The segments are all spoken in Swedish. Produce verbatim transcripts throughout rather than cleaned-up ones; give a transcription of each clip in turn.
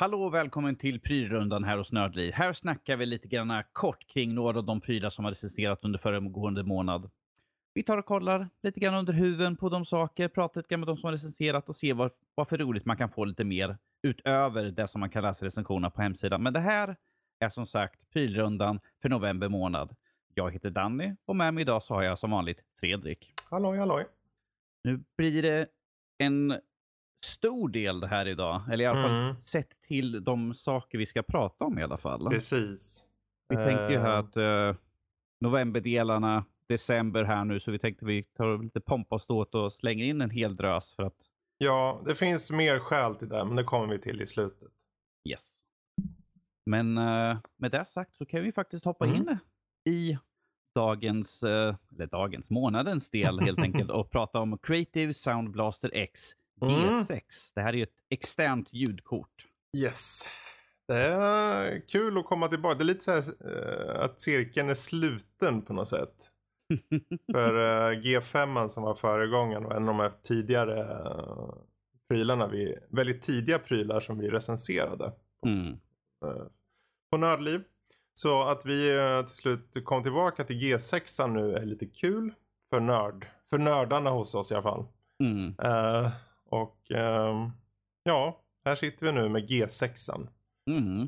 Hallå och välkommen till prylrundan här hos Nördliv. Här snackar vi lite grann kort kring några av de prylar som har recenserat under föregående månad. Vi tar och kollar lite grann under huven på de saker, pratar lite grann med de som har recenserat och ser vad, vad för roligt man kan få lite mer utöver det som man kan läsa recensionerna på hemsidan. Men det här är som sagt prylrundan för november månad. Jag heter Danny och med mig idag så har jag som vanligt Fredrik. Halloj, halloj. Nu blir det en stor del det här idag. Eller i alla fall Mm. sett till de saker vi ska prata om i alla fall. Precis. Vi uh... tänkte ju här Uh... att uh, novemberdelarna, december här nu. Så vi tänkte vi tar lite pompa och ståt och slänger in en hel drös för att... Ja, det finns mer skäl till det, men det kommer vi till i slutet. Yes. Men uh, med det sagt så kan vi faktiskt hoppa mm. in i dagens, uh, eller dagens, månadens del helt enkelt och prata om Creative Sound Blaster X G sex. Mm. Det här är ju ett externt ljudkort. Yes. Det är kul att komma tillbaka. Det är lite så här uh, att cirkeln är sluten på något sätt. För uh, G fem som var föregången och en av de här tidigare uh, prylarna, vi, väldigt tidiga prylar som vi recenserade på, mm. uh, på Nördliv. Så att vi uh, till slut kom tillbaka till G sex nu är lite kul för nörd. För nördarna hos oss i alla fall. Mm. Uh, och uh, ja, här sitter vi nu med G sex. Mm.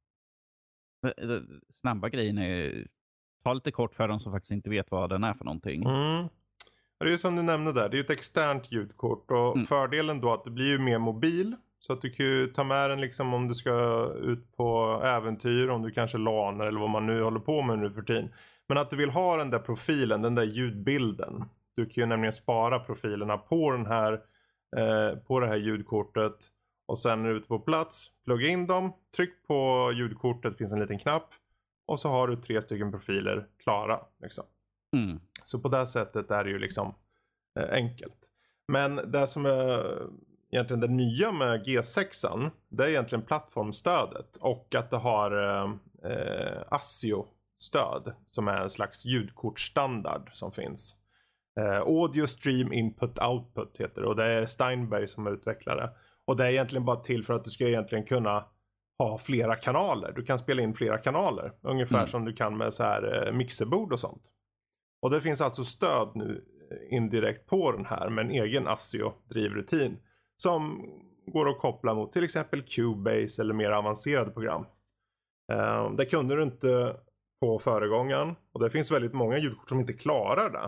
Snabba grejen är, ta lite kort för de som faktiskt inte vet vad den är för någonting. Mm. Det är ju som du nämnde där, det är ett externt ljudkort och mm. fördelen då att det blir ju mer mobil. Så att du kan ju ta med den liksom om du ska ut på äventyr, om du kanske lanar eller vad man nu håller på med nu för tiden. Men att du vill ha den där profilen, den där ljudbilden. Du kan ju nämligen spara profilerna på den här eh, på det här ljudkortet. Och sen när du är ute på plats, plugga in dem, tryck på ljudkortet, det finns en liten knapp. Och så har du tre stycken profiler klara. Liksom. Mm. Så på det sättet är det ju liksom eh, enkelt. Men det som är egentligen det nya med G sex, det är egentligen plattformstödet. Och att det har eh, ASIO-stöd som är en slags ljudkortstandard som finns. Eh, Audio Stream Input Output heter det. Och det är Steinberg som utvecklar det. Och det är egentligen bara till för att du ska egentligen kunna ha flera kanaler. Du kan spela in flera kanaler. Ungefär mm. som du kan med så här eh, mixerbord och sånt. Och det finns alltså stöd nu indirekt på den här med en egen ASIO-drivrutin. Som går att koppla mot till exempel Cubase eller mer avancerade program. Eh, det kunde du inte på föregångaren. Och det finns väldigt många ljudkort som inte klarar det.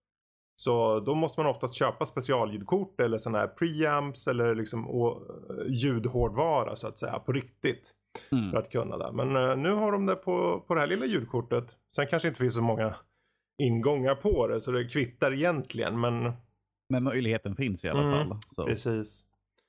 Så då måste man oftast köpa specialljudkort eller sådana här preamps eller liksom å, ljudhårdvara så att säga på riktigt. Mm. För att kunna det. Men uh, nu har de det på, på det här lilla ljudkortet. Sen kanske inte finns så många ingångar på det så det kvittar egentligen. Men, men möjligheten finns i alla mm, fall. Så. Precis.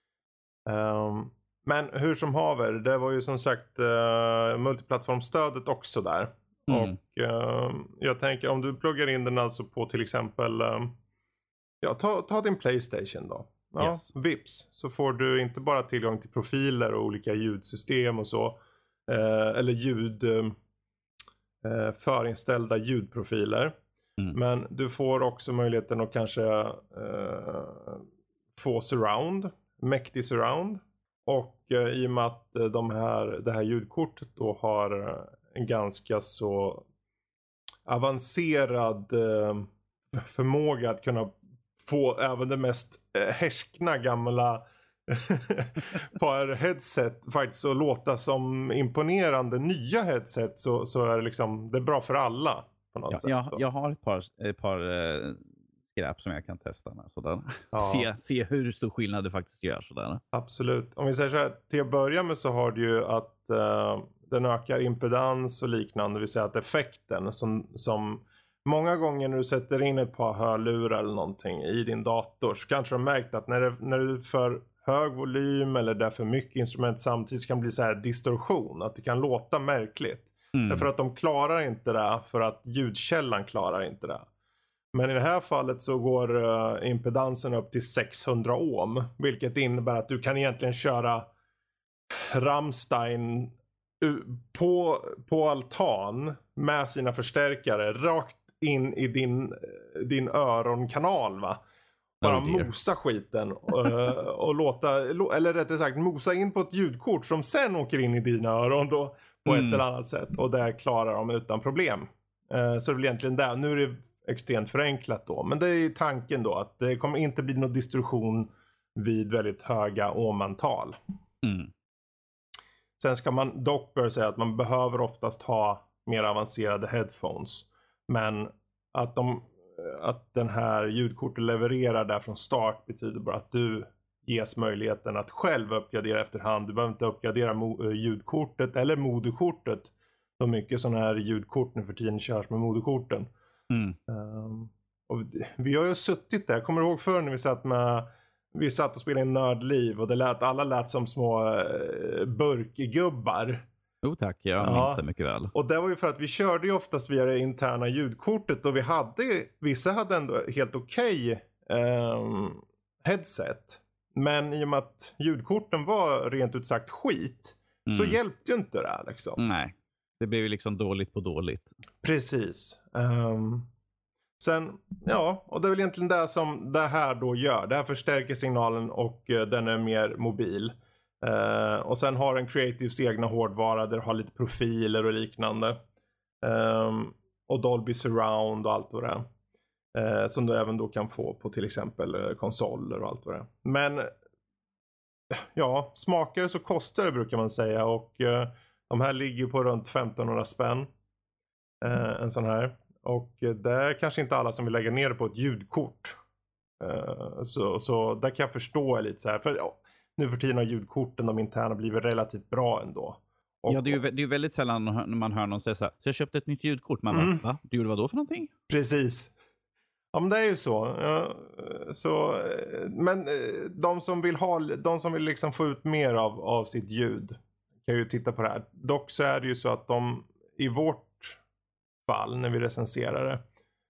Um, men hur som haver, det var ju som sagt uh, multiplattformstödet också där. Mm. Och uh, jag tänker om du pluggar in den alltså på till exempel uh, ja, ta, ta din PlayStation då. Ja, yes. Vips. Så får du inte bara tillgång till profiler och olika ljudsystem och så. Uh, eller ljud uh, förinställda ljudprofiler. Mm. Men du får också möjligheten att kanske uh, få surround. Mäktig surround. Och uh, i och med att uh, de här, det här ljudkortet då har uh, en ganska så avancerad eh, förmåga att kunna få även det mest eh, härskna gamla par headset faktiskt att låta som imponerande nya headset så, så är det liksom det är bra för alla på något ja, sätt. Jag, jag har ett par, ett par eh, skräp som jag kan testa med sådär. Ja. Se, se hur stor skillnad det faktiskt gör sådär. Absolut. Om vi säger så här, till att börja med så har du ju att eh, den ökar impedans och liknande. Det vill säga att effekten som, som många gånger när du sätter in ett par hörlurar eller någonting i din dator så kanske du har märkt att när, det, när du är för hög volym eller det är för mycket instrument samtidigt kan det bli så här distorsion. Att det kan låta märkligt. Mm. Därför att de klarar inte det för att ljudkällan klarar inte det. Men i det här fallet så går uh, impedansen upp till sexhundra ohm. Vilket innebär att du kan egentligen köra Rammstein på, på altan med sina förstärkare rakt in i din, din öronkanal va. bara Oh dear. mosa skiten och, och låta, eller rättare sagt mosa in på ett ljudkort som sen åker in i dina öron då på Mm. ett eller annat sätt, och där klarar de utan problem. Uh, så det är väl egentligen det. Nu är det extremt förenklat då, men det är tanken då att det kommer inte bli någon distorsion vid väldigt höga ohmantal. Mm. Sen ska man dock börja säga att man behöver oftast ha mer avancerade headphones, men att, de, att den här ljudkortet levererar där från start betyder bara att du ges möjligheten att själv uppgradera efterhand. Du behöver inte uppgradera mo- ljudkortet eller moderkortet. Så mycket sådana här ljudkort nu för tiden körs med moderkorten. Mm. Um, och vi, vi har ju suttit där. Kommer du ihåg förr när vi satt med vi satt och spelade in Nördliv och det lät, alla lät som små uh, burkgubbar. Jo tack, jag Ja. minns det mycket väl. Och det var ju för att vi körde ju oftast via det interna ljudkortet, och vi hade, vissa hade ändå helt okej um, headset. Men i och med att ljudkorten var rent ut sagt skit, Mm. så hjälpte ju inte det liksom. Nej, det blev ju liksom dåligt på dåligt. Precis. Um, sen, ja, och det är väl egentligen det som det här då gör. Det här förstärker signalen och uh, den är mer mobil. Uh, och sen har den Creatives egna hårdvara där det har lite profiler och liknande. Um, och Dolby Surround och allt vad det är. Uh, som du även då kan få på till exempel uh, konsoler och allt vad det är. Men ja, smakar så kostar det brukar man säga, och uh, de här ligger på runt femtonhundra spänn. Uh, en sån här. Och uh, det är kanske inte alla som vill lägga ner det på ett ljudkort. Uh, så, så där kan jag förstå lite så här. För uh, nu för tiden har ljudkorten, de interna, blivit relativt bra ändå. Och, Ja, det är ju vä- det är ju väldigt sällan när man hör någon säga så här, så jag köpte ett nytt ljudkort. Man Mm. bara, va? Du gjorde vad då för någonting? Precis. Ja, men det är ju så. Ja, så eh, men eh, de som vill ha, de som vill liksom få ut mer av, av sitt ljud kan ju titta på det här. Dock så är det ju så att de i vårt fall när vi recenserar det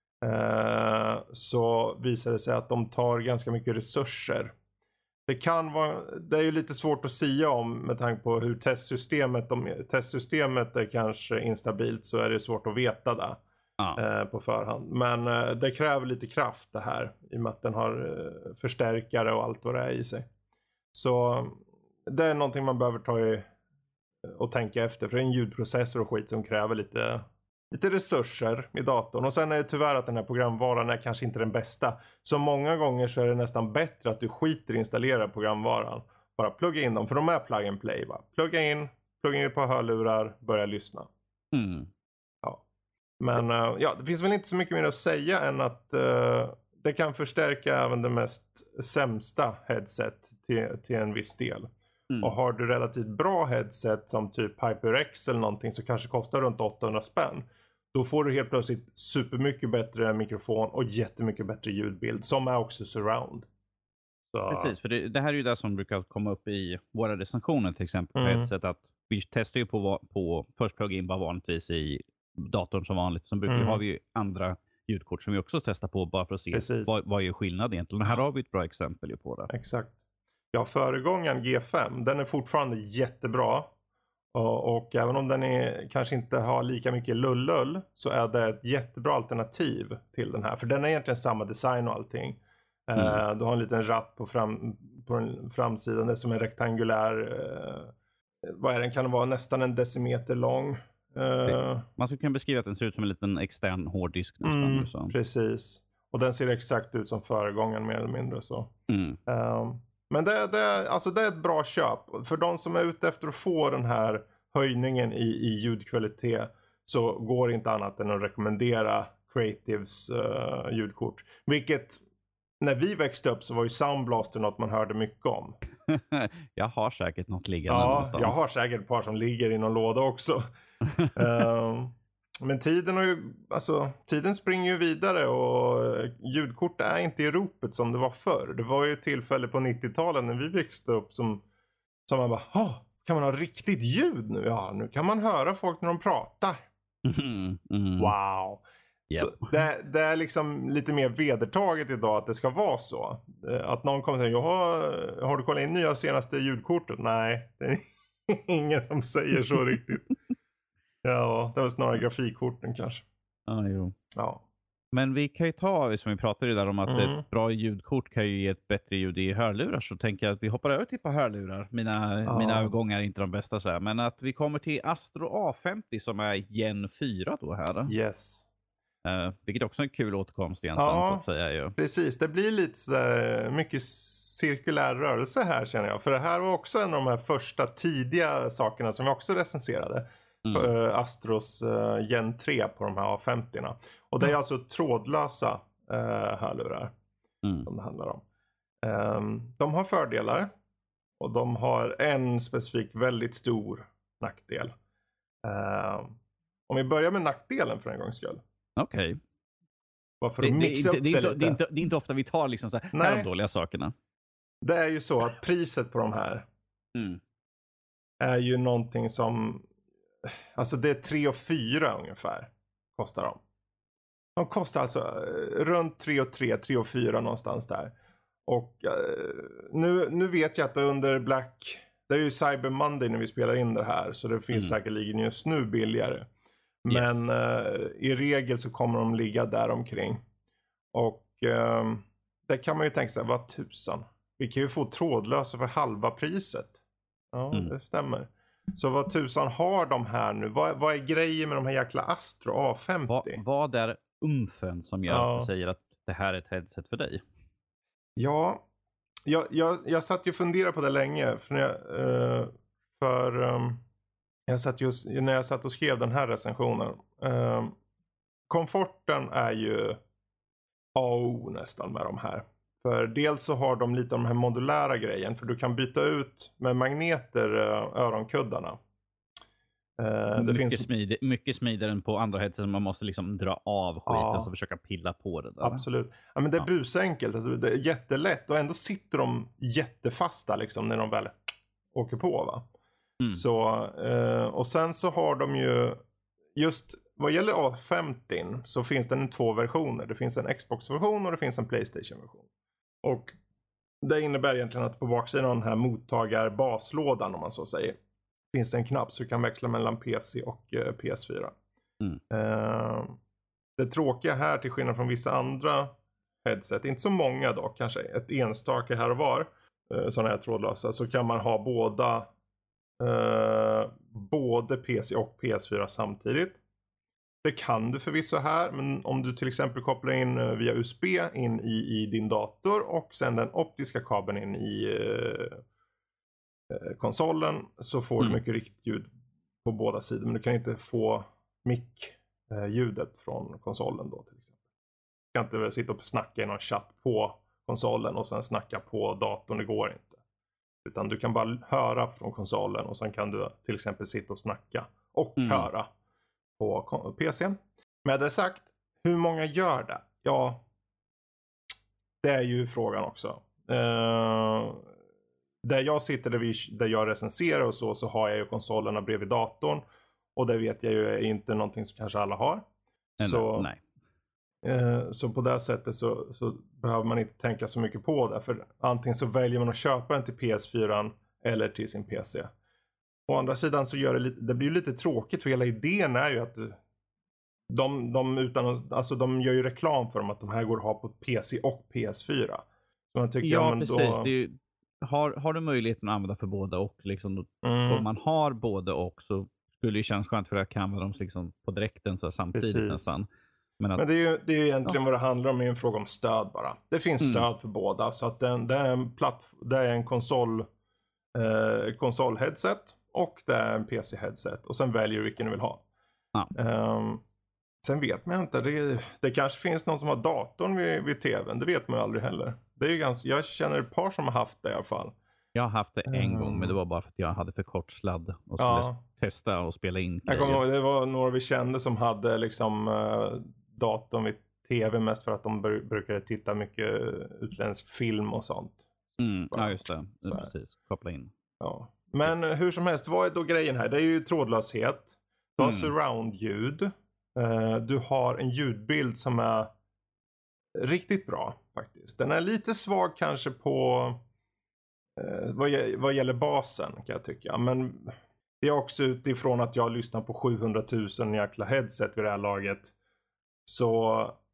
eh, så visar det sig att de tar ganska mycket resurser. Det kan vara, det är ju lite svårt att sia om med tanke på hur testsystemet, om testsystemet är kanske instabilt, så är det svårt att veta det. Ja. Eh, på förhand. Men eh, det kräver lite kraft det här, i och med att den har eh, förstärkare och allt vad det är i sig. Så det är någonting man behöver ta i och tänka efter, för det är en ljudprocessor och skit som kräver lite, lite resurser i datorn. Och sen är det tyvärr att den här programvaran är kanske inte den bästa. Så många gånger så är det nästan bättre att du skiter i installera programvaran. Bara plugga in dem, för de är plug and play va. Plugga in, plugga in på hörlurar, börja lyssna. Mm. Men uh, ja, det finns väl inte så mycket mer att säga än att uh, det kan förstärka även det mest sämsta headset till, till en viss del. Mm. Och har du relativt bra headset som typ HyperX eller någonting, så kanske kostar runt åttahundra spänn. Då får du helt plötsligt supermycket bättre mikrofon och jättemycket bättre ljudbild, som är också surround. Så. Precis, för det, det här är ju det som brukar komma upp i våra recensioner till exempel. På Mm. ett sätt att vi testar ju på, på först plug-in bara vanligtvis i datorn som vanligt. Sen brukar Mm. har vi ju andra ljudkort som vi också testar på bara för att se Precis. vad, vad är skillnad egentligen. Och här har vi ett bra exempel ju på det. Exakt. Ja, föregångaren G fem, den är fortfarande jättebra. Och, och även om den är, kanske inte har lika mycket lullull, så är det ett jättebra alternativ till den här. För den är egentligen samma design och allting. Mm. Uh, du har en liten ratt på, fram, på den framsidan. Det är som en rektangulär, uh, vad är den? Kan det vara nästan en decimeter lång. Uh, Man skulle kunna beskriva att den ser ut som en liten extern hårddisk nästan. mm, nu, så. precis. Och den ser exakt ut som föregångaren mer eller mindre så. Mm. Um, men det, det, alltså det är ett bra köp. För de som är ute efter att få den här höjningen i, i ljudkvalitet, så går det inte annat än att rekommendera Creatives uh, ljudkort. Vilket, när vi växte upp så var ju Sound Blaster något man hörde mycket om. Jag har säkert något liggande Ja, någonstans. jag har säkert ett par som ligger i någon låda också. um, men tiden, har ju, alltså, tiden springer ju vidare, och ljudkort är inte i ropet som det var förr. Det var ju ett tillfälle på nittiotalet när vi växte upp som, som man bara, Åh, kan man ha riktigt ljud nu? Ja, nu kan man höra folk när de pratar. Mm, mm. Wow. Yep. Så det, det är liksom lite mer vedertaget idag att det ska vara så. Att någon kommer och säger, har, har du kollat in nya senaste ljudkortet? Nej, det är ingen som säger så riktigt. Ja, det var snarare grafikkorten kanske. Ah, jo. Ja. Men vi kan ju ta, som vi pratade där om, att Mm. ett bra ljudkort kan ju ge ett bättre ljud i hörlurar. Så tänker jag att vi hoppar över till på hörlurar. Mina, Ja. mina övergångar är inte de bästa så här. Men att vi kommer till Astro A femtio som är Gen fyra då här. Yes. Uh, vilket också är en kul återkomst egentligen, Ja, så att säga. Ju. Precis. Det blir lite sådär mycket cirkulär rörelse här, känner jag. För det här var också en av de här första tidiga sakerna som vi också recenserade. Mm. Uh, Astros uh, Gen tre på de här A femtio. Och det är mm. alltså trådlösa uh, hörlurar mm. som det handlar om. Um, de har fördelar. Och de har en specifik väldigt stor nackdel. Uh, om vi börjar med nackdelen för en gångs skull. Okej. Okay. Varför det, mixa det, upp det, det, det, lite? Det är, inte, det är inte ofta vi tar liksom så här, här de dåliga sakerna. Det är ju så att priset på de här mm. är ju någonting som, alltså det är tre och fyra ungefär kostar de. De kostar alltså uh, runt tre och tre, tre och fyra någonstans där. Och uh, nu, nu vet jag att under Black, det är ju Cyber Monday när vi spelar in det här, så det finns mm. säkerligen just nu billigare. Men yes. uh, i regel så kommer de ligga där omkring. Och uh, det kan man ju tänka sig, vad tusan. Vi kan ju få trådlösa för halva priset. Ja, mm. det stämmer. Så vad tusan har de här nu? Vad, vad är grejen med de här jäkla Astro A femtio? Va, vad är umfen som gör ja. att du säger att det här är ett headset för dig? Ja, jag, jag, jag satt ju och funderade på det länge. För, när jag, uh, för um, jag satt just, när jag satt och skrev den här recensionen. Uh, komforten är ju A och O nästan med de här. För dels så har de lite av de här modulära grejen. För du kan byta ut med magneter uh, öronkuddarna. Uh, det mycket, finns... smidig, mycket smidigare än på andra headset. Man måste liksom dra av skiten ja. och försöka pilla på det där. Absolut. Ja, men det är ja. busenkelt. Alltså, det är jättelätt. Och ändå sitter de jättefasta liksom, när de väl åker på, va? Mm. Så, uh, och sen så har de ju just vad gäller A femtio så finns det en två versioner. Det finns en Xbox-version och det finns en PlayStation-version. Och det innebär egentligen att på baksidan av den här mottagarbaslådan, om man så säger, finns det en knapp så du kan växla mellan P C och uh, P S fyra. Mm. Uh, det tråkiga här, till skillnad från vissa andra headset, inte så många då, kanske ett enstaka här och var, uh, sådana här trådlösa, så kan man ha båda uh, både P C och P S fyra samtidigt. Det kan du förvisso här, men om du till exempel kopplar in uh, via U S B in i, i din dator och sen den optiska kabeln in i uh, uh, konsolen, så får mm. du mycket riktigt ljud på båda sidor, men du kan inte få mic-ljudet från konsolen då till exempel. Du kan inte sitta och snacka i någon chatt på konsolen och sen snacka på datorn, det går inte. Utan du kan bara höra från konsolen och sen kan du till exempel sitta och snacka och mm. höra på P C:n. Med det sagt, hur många gör det? Ja, det är ju frågan också. Uh, där jag sitter, där, vi, där jag recenserar och så, så har jag ju konsolerna bredvid datorn. Och det vet jag ju är inte någonting som kanske alla har. Nej, så, nej. Uh, så på det sättet så, så behöver man inte tänka så mycket på det. För antingen så väljer man att köpa den till P S fyra eller till sin P C. Å andra sidan så gör det lite, det blir ju lite tråkigt, för hela idén är ju att de, de, utan, alltså de gör ju reklam för dem att de här går att ha på P C och P S fyra. Så man tycker, ja, ja, men precis. då... Det är ju, har, har du möjligheten att använda för båda och, liksom, mm. om man har båda och, så skulle det kännas skönt för att kan använda dem liksom på direkten så samtidigt precis. nästan. Men, att, men det är ju, det är ju egentligen ja. vad det handlar om, är en fråga om stöd bara. Det finns mm. stöd för båda, så att det, det är en platt, det är en konsol eh, konsolheadset och det är en P C-headset. Och sen väljer du vilken du vill ha. Ja. Um, sen vet man inte. Det, det kanske finns någon som har datorn vid, vid tvn. Det vet man ju aldrig heller. Det är ju ganska, jag känner ett par som har haft det i alla fall. Jag har haft det en um, gång, men det var bara för att jag hade för kort sladd och skulle ja. testa och spela in. Jag kommer ihåg, det var några vi kände som hade liksom uh, datorn vid tv, mest för att de br- brukade titta mycket utländsk film och sånt. Mm, ja, just det. det precis. Koppla in. Ja. Men yes. hur som helst, vad är då grejen här? Det är ju trådlöshet. Du har Mm. surround-ljud. Uh, du har en ljudbild som är riktigt bra faktiskt. Den är lite svag kanske på uh, vad, vad gäller basen, kan jag tycka. Men det är också utifrån att jag lyssnar på sjuhundratusen jäkla headset vid det här laget. Så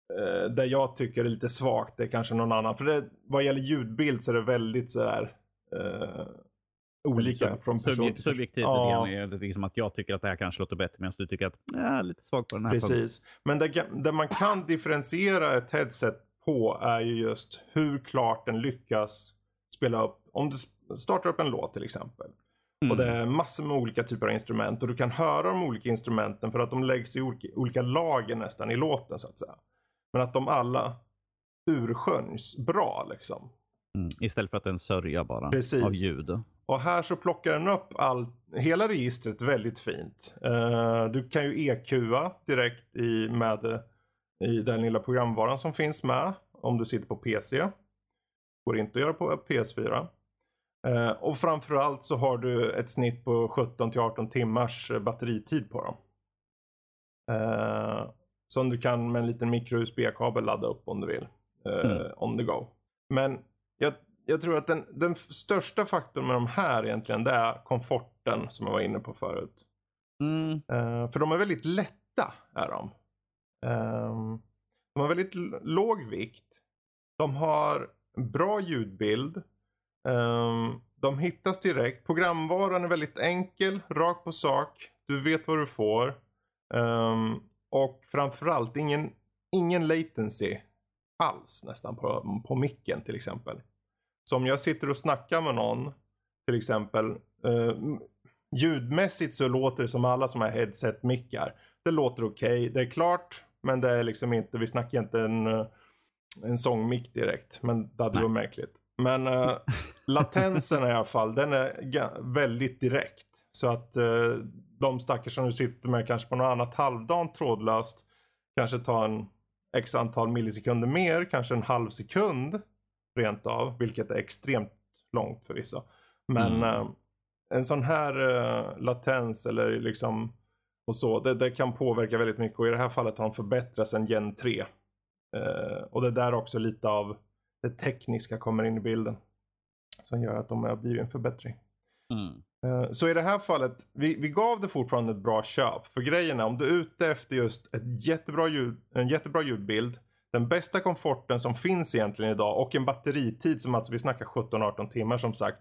eh, där jag tycker är lite svagt, det är kanske någon annan. För det, vad gäller ljudbild så är det väldigt så här eh, olika Sub, från person subjek, till person. subjektivt Ja. lite grann. Det är liksom att jag tycker att det här kanske låter bättre medan du tycker att jag är lite svag på den här punkten. Precis. Men där, där man kan differentiera ett headset på är ju just hur klart den lyckas spela upp. Om du startar upp en låt till exempel. Mm. Och det är massor med olika typer av instrument. Och du kan höra de olika instrumenten för att de läggs i olika, olika lager nästan i låten så att säga. Men att de alla ursköljs bra liksom. Mm. Istället för att den sörja bara. Precis. Av ljud. Och här så plockar den upp all, hela registret väldigt fint. Uh, du kan ju E Q'a direkt i, med, i den lilla programvaran som finns med. Om du sitter på P C. Går inte att göra på P S fyra. Uh, och framförallt så har du ett snitt på sjutton till arton timmars batteritid på dem. Uh, som du kan med en liten micro U S B-kabel ladda upp om du vill. Uh, mm. On the go. Men jag Jag tror att den, den största faktorn med de här egentligen, det är komforten som jag var inne på förut. Mm. Uh, för de är väldigt lätta, är de. Um, de har väldigt l- låg vikt. De har bra ljudbild. Um, de hittas direkt. Programvaran är väldigt enkel, rakt på sak. Du vet vad du får. Um, och framförallt ingen, ingen latency alls nästan på, på micken till exempel. Så om jag sitter och snackar med någon till exempel, eh, ljudmässigt så låter det som alla som har headset-mickar. Det låter okej, okay, det är klart, men det är liksom inte, vi snackar inte en, en sångmick direkt, men det hade varit märkligt. Men eh, latensen i alla fall, den är g- väldigt direkt. Så att eh, de stackare som du sitter med kanske på något annat halvdan trådlöst kanske tar en x antal millisekunder mer, kanske en halv sekund rent av, vilket är extremt långt förvisso. Men mm. eh, en sån här eh, latens eller liksom och så, det, det kan påverka väldigt mycket, och i det här fallet har de förbättrats en gen tre. Eh, och det där också lite av det tekniska kommer in i bilden som gör att de har blivit en förbättring. Mm. Eh, så i det här fallet, vi, vi gav det fortfarande ett bra köp, för grejen är, om du är ute efter just ett jättebra ljud, en jättebra ljudbild, den bästa komforten som finns egentligen idag, och en batteritid som alltså vi snackar sjutton arton timmar som sagt.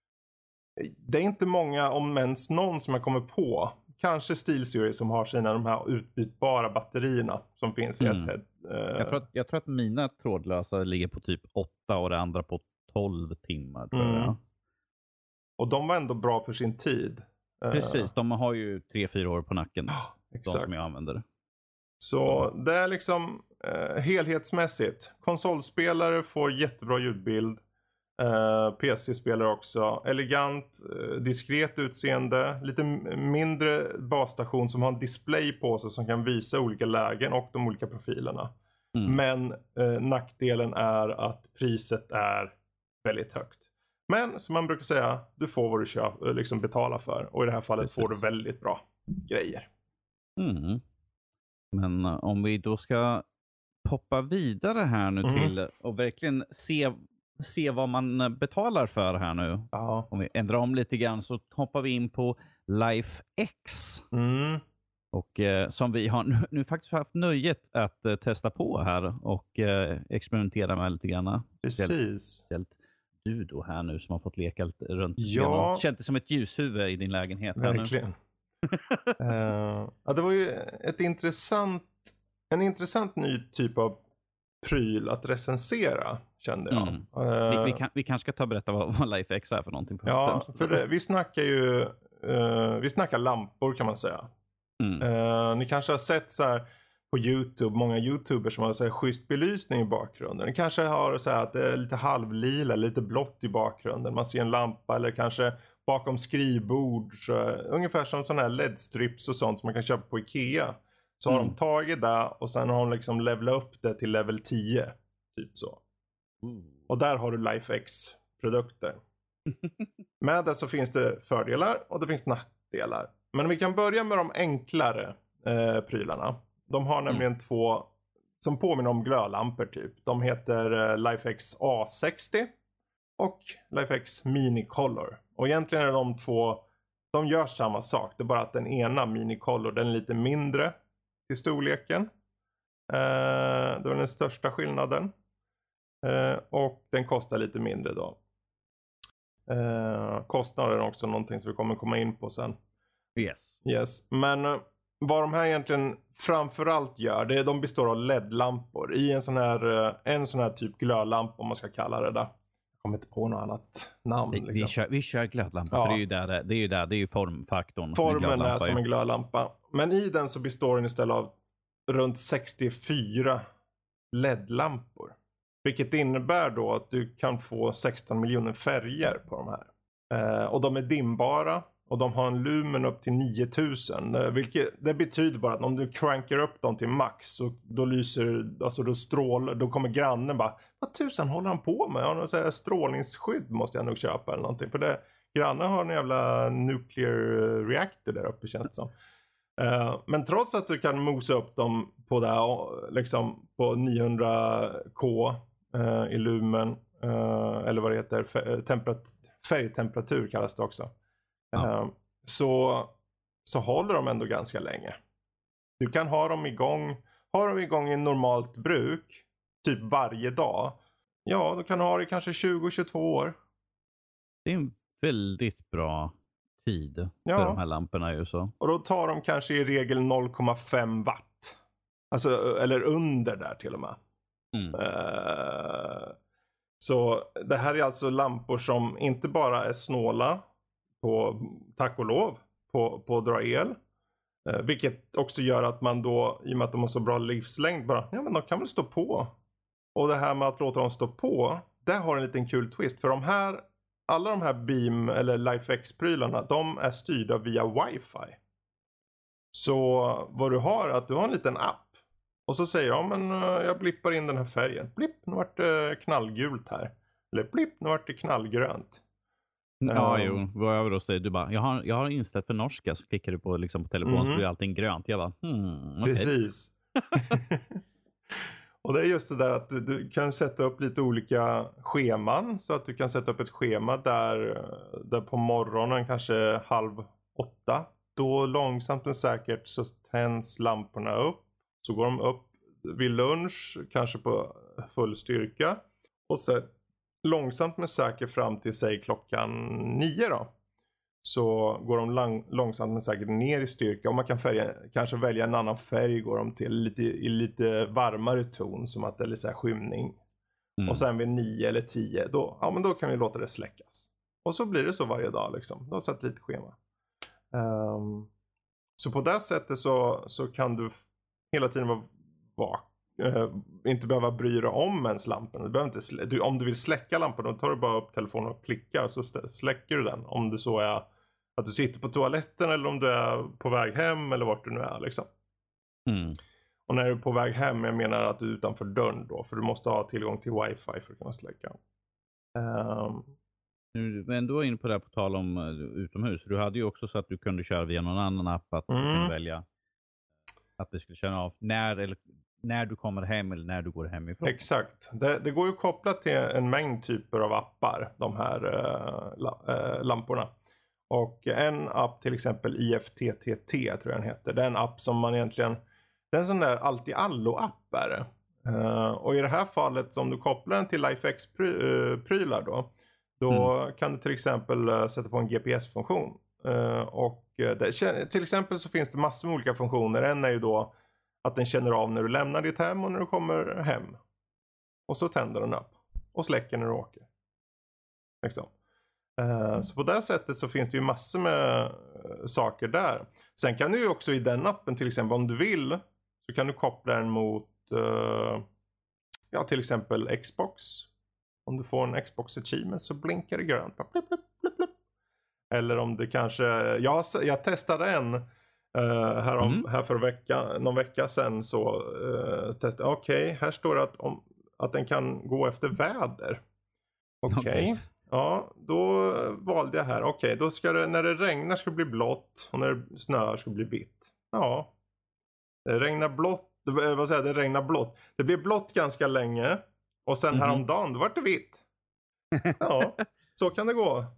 Det är inte många, om ens någon, som jag kommer på. Kanske SteelSeries som har sina de här utbytbara batterierna som finns mm. i ett head. Uh... Jag, tror att, jag tror att mina trådlösa ligger på typ åtta och det andra på tolv timmar tror mm. jag. Och de var ändå bra för sin tid. Precis, de har ju tre fyra år på nacken. Oh, exakt. De som jag använder. Så det är liksom eh, helhetsmässigt. Konsolspelare får jättebra ljudbild. Eh, P C-spelare också. Elegant, eh, diskret utseende. Lite mindre basstation som har en display på sig som kan visa olika lägen och de olika profilerna. Mm. Men eh, nackdelen är att priset är väldigt högt. Men som man brukar säga, du får vad du köper, liksom betalar för. Och i det här fallet Precis. Får du väldigt bra grejer. Mm. Men om vi då ska poppa vidare här nu mm. till och verkligen se, se vad man betalar för här nu. Ja. Om vi ändrar om lite grann så hoppar vi in på LifeX. Mm. Och eh, som vi har nu, nu faktiskt haft nöjet att eh, testa på här och eh, experimentera med lite grann. Precis. Speciellt du då här nu som har fått leka lite runt. Ja. Känt det som ett ljushuvud i din lägenhet. Verkligen. uh, ja, det var ju ett intressant, en intressant ny typ av pryl att recensera, kände jag. Mm. Uh, vi, vi, kan, vi kanske ska ta och berätta vad, vad LifeX är för någonting. Ja, för det, vi snackar ju uh, vi snackar lampor kan man säga. Mm. Uh, ni kanske har sett så här på YouTube, många YouTubers som har så här schysst belysning i bakgrunden. Ni kanske har så här att det är lite halvlila, lite blått i bakgrunden. Man ser en lampa eller kanske bakom skrivbord. Så, ungefär som sådana här L E D-strips och sånt som man kan köpa på Ikea. Så mm. har de tagit det och sen har de liksom levlat upp det till level tio. Typ så. Mm. Och där har du LifeX-produkter. Med det så finns det fördelar och det finns nackdelar. Men vi kan börja med de enklare eh, prylarna. De har nämligen mm. två som påminner om glödlampor typ. De heter eh, LifeX A sextio och LifeX Mini Color. Och egentligen är de två, de gör samma sak. Det är bara att den ena Mini Color, den är lite mindre i storleken. Eh, det var den största skillnaden. Eh, och den kostar lite mindre då. Eh, kostnaden är också någonting som vi kommer komma in på sen. Yes. Yes. Men eh, vad de här egentligen framförallt gör, det är de består av L E D-lampor i en sån här, eh, en sån här typ glödlampa om man ska kalla det där. Jag kommer inte på något annat namn. Vi, liksom. vi, kör, vi kör glödlampa, Ja. för det är ju där, det är ju där, det är ju formfaktorn. Formen är är som en glödlampa. Men i den så består den istället av runt sextiofyra L E D-lampor. Vilket innebär då att du kan få sexton miljoner färger på de här. Eh, och de är dimbara. Och de har en lumen upp till nio tusen. Eh, vilket, det betyder bara att om du crankar upp dem till max. Så då lyser, alltså då strålar, då kommer grannen bara. Vad tusan håller han på med? Ja, någon sån här strålningsskydd måste jag nog köpa eller någonting. För det, grannen har en jävla nuclear reactor där uppe känns det som. Uh, men trots att du kan mosa upp dem på, där, liksom, på niohundra K uh, i lumen. Uh, eller vad det heter. Temperat- färgtemperatur kallas det också. Ja. Uh, så, så håller de ändå ganska länge. Du kan ha dem igång. Har dem igång i normalt bruk. Typ varje dag. Ja, du kan ha det i kanske tjugo till tjugotvå år. Det är en väldigt bra tid Ja. för de här lamporna ju så. Och då tar de kanske i regel noll komma fem watt. Alltså, eller under där till och med. Mm. Uh, så det här är alltså lampor som inte bara är snåla på, tack och lov, på, på att dra el. Uh, vilket också gör att man då, i och med att de har så bra livslängd, bara, ja men de kan väl stå på. Och det här med att låta dem stå på, det har en liten kul twist. För de här, alla de här Beam eller LifeX-prylarna, de är styrda via wifi. Så vad du har är att du har en liten app. Och så säger jag, men uh, jag blippar in den här färgen. Blipp, nu vart det knallgult här. Eller blipp, nu vart det knallgrönt. Ja, Um, jo. Vad över hos dig? Du bara, jag har, jag har inställt för norska, så klickar du på, liksom, på telefonen Mm. så blir allting grönt. Jag bara, hmm, okej. Precis. Och det är just det där att du, du kan sätta upp lite olika scheman. Så att du kan sätta upp ett schema där, där på morgonen, kanske halv åtta. Då långsamt men säkert så tänds lamporna upp. Så går de upp vid lunch, kanske på full styrka. Och så långsamt men säkert fram till säg klockan nio då. Så går de lang- långsamt men säkert ner i styrka. Och man kan färga, kanske välja en annan färg. Går de till lite, i lite varmare ton. Som att det är lite så här skymning. Mm. Och sen vid nio eller tio. Då, ja, men då kan vi låta det släckas. Och så blir det så varje dag liksom. Du har satt lite schema. Um, så på det sättet så, så kan du f- hela tiden vara vak. Uh, inte behöva bry dig om ens lampan. Du behöver inte slä- du, om du vill släcka lampan, då tar du bara upp telefonen och klickar. Så st- släcker du den. Om det så är att du sitter på toaletten eller om du är på väg hem eller vart du nu är liksom. Mm. Och när du är på väg hem, jag menar att du är utanför dörren då. För du måste ha tillgång till wifi för att kunna släcka. Um, Nu, men du var inne på det här på tal om uh, utomhus. Du hade ju också så att du kunde köra via någon annan app. Att Mm. du kunde välja att det skulle känna av när, eller, när du kommer hem eller när du går hemifrån. Exakt. Det, det går ju kopplat till en mängd typer av appar. De här uh, la, uh, lamporna. Och en app till exempel I F T T T tror jag den heter. Det är en app som man egentligen... Det är en sån där allt-i-allo-app är det. Uh, och i det här fallet, om du kopplar den till LifeX-prylar då. Då mm. kan du till exempel uh, sätta på en G P S-funktion. Uh, och uh, det, till exempel så finns det massor med olika funktioner. En är ju då att den känner av när du lämnar ditt hem och när du kommer hem. Och så tänder den upp. Och släcker när du åker. Liksom. Uh, så på det sättet så finns det ju massor med uh, saker där. Sen kan du ju också i den appen till exempel om du vill. Så kan du koppla den mot uh, ja, till exempel Xbox. Om du får en Xbox Achievement så blinkar det grönt. Blip, blip, blip, blip. Eller om det kanske... Jag, jag testade en uh, här, om, mm. här för vecka, någon vecka sedan. Så uh, testade Okej, okay, här står det att, om, att den kan gå efter väder. Okej. Okay. Okay. Ja, då valde jag här. Okej, okay, då ska det, när det regnar ska det bli blått. Och när det snöar ska det bli vitt. Ja. Det regnar blått. Vad säger jag? Det regnar blått. Det blir blått ganska länge. Och sen mm-hmm. häromdagen, då var det vitt. Ja, så kan det gå.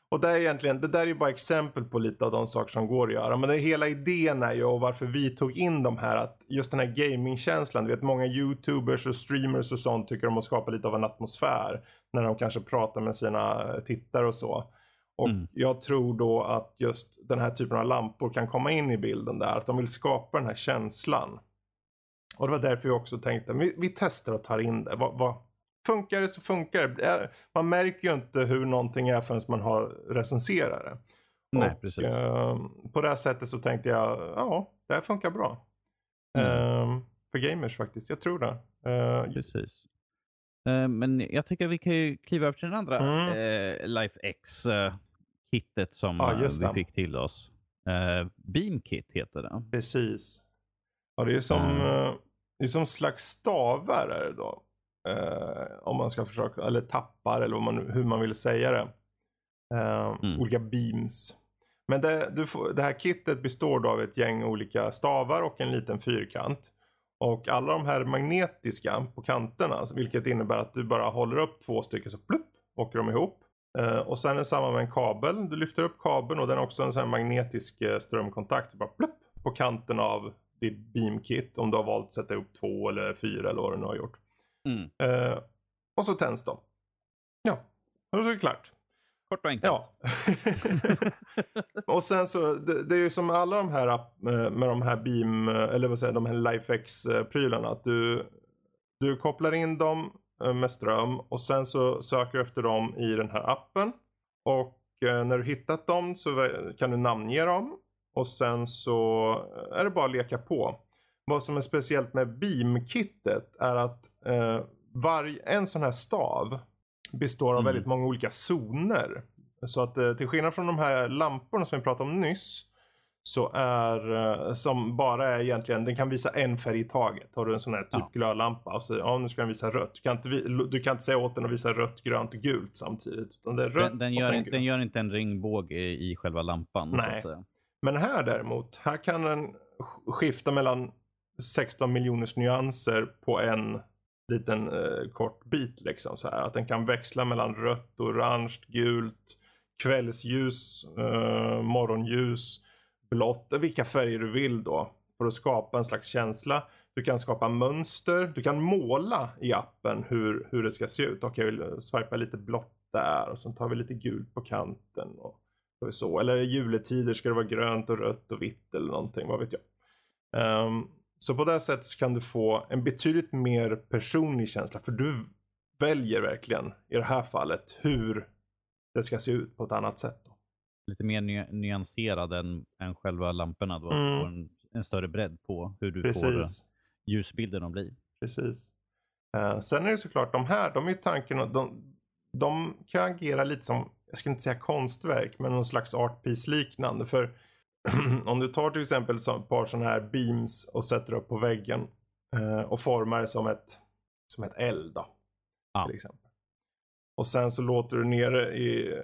Och det är egentligen, det där är ju bara exempel på lite av de saker som går att göra. Men det hela idén är ju, och varför vi tog in de här, att just den här gamingkänslan, du vet många YouTubers och streamers och sånt tycker om att skapa lite av en atmosfär när de kanske pratar med sina tittare och så. Och mm. jag tror då att just den här typen av lampor kan komma in i bilden där, att de vill skapa den här känslan. Och det var därför jag också tänkte, vi, vi testar och tar in det. Vad, vad, funkar det så funkar det. Man märker ju inte hur någonting är förrän man har recenserat det. Nej, och, precis. Eh, på det här sättet så tänkte jag, ja, det här funkar bra. Mm. Eh, för gamers faktiskt, jag tror det. Eh, precis. Eh, men jag tycker vi kan ju kliva över till den andra mm. eh, LifeX-kittet som ja, vi fick till oss. Eh, Beamkit heter det. Precis. Ja, det är som, mm. det är som slags stavar är det då. Uh, om man ska försöka, eller tappar eller vad man, hur man vill säga det. Uh, mm. Olika beams. Men det, du får, det här kittet består då av ett gäng olika stavar och en liten fyrkant. Och alla de här magnetiska på kanterna, vilket innebär att du bara håller upp två stycken så plupp, åker de ihop. Uh, och sen är det samma med en kabel. Du lyfter upp kabeln och den har också en sån här magnetisk strömkontakt. Bara plupp på kanten av ditt beamkit. Om du har valt att sätta upp två eller fyra eller vad du nu har gjort. Mm. Uh, och så tänds de. Ja, och så är det klart. Kort och enkelt. Ja. Och sen så, det, det är ju som alla de här med de här beam, eller vad säger de här LifeX-prylarna. Att du, du kopplar in dem med ström och sen så söker du efter dem i den här appen. Och när du hittat dem så kan du namnge dem. Och sen så är det bara att leka på. Vad som är speciellt med beam-kittet är att eh, varje, en sån här stav består av mm. väldigt många olika zoner. Så att eh, till skillnad från de här lamporna som vi pratade om nyss, så är eh, som bara är egentligen, den kan visa en färg i taget. Har du en sån här typ ja. glödlampa och så, ja nu ska den visa rött. Du kan, inte, du kan inte säga åt den att visa rött, grönt och gult samtidigt. Utan det är rött den, den, och gör, sen den gör inte en ringbåge i, i själva lampan. Nej. Så att säga. Men här däremot, här kan den skifta mellan sexton miljoners nyanser på en liten eh, kort bit liksom så här. Att den kan växla mellan rött, orange, gult, kvällsljus, eh, morgonljus, blått, vilka färger du vill då. För att skapa en slags känsla. Du kan skapa mönster, du kan måla i appen hur, hur det ska se ut. Okej, jag vill swipa lite blått där och så tar vi lite gult på kanten och så. Eller i juletider ska det vara grönt och rött och vitt eller någonting, vad vet jag. Um, så på det sättet så kan du få en betydligt mer personlig känsla. För du väljer verkligen i det här fallet hur det ska se ut på ett annat sätt då. Lite mer ny- nyanserad än, än själva lamporna då. Mm. Och en, en större bredd på hur du Precis. får ljusbilden att bli. Precis. Uh, sen är det såklart de här, de är ju tanken att de, de kan agera lite som, jag skulle inte säga konstverk, men någon slags art piece liknande. För om du tar till exempel ett par sådana här beams och sätter upp på väggen eh, och formar det som ett, som ett eld då, ja. till exempel. Och sen så låter du ner i,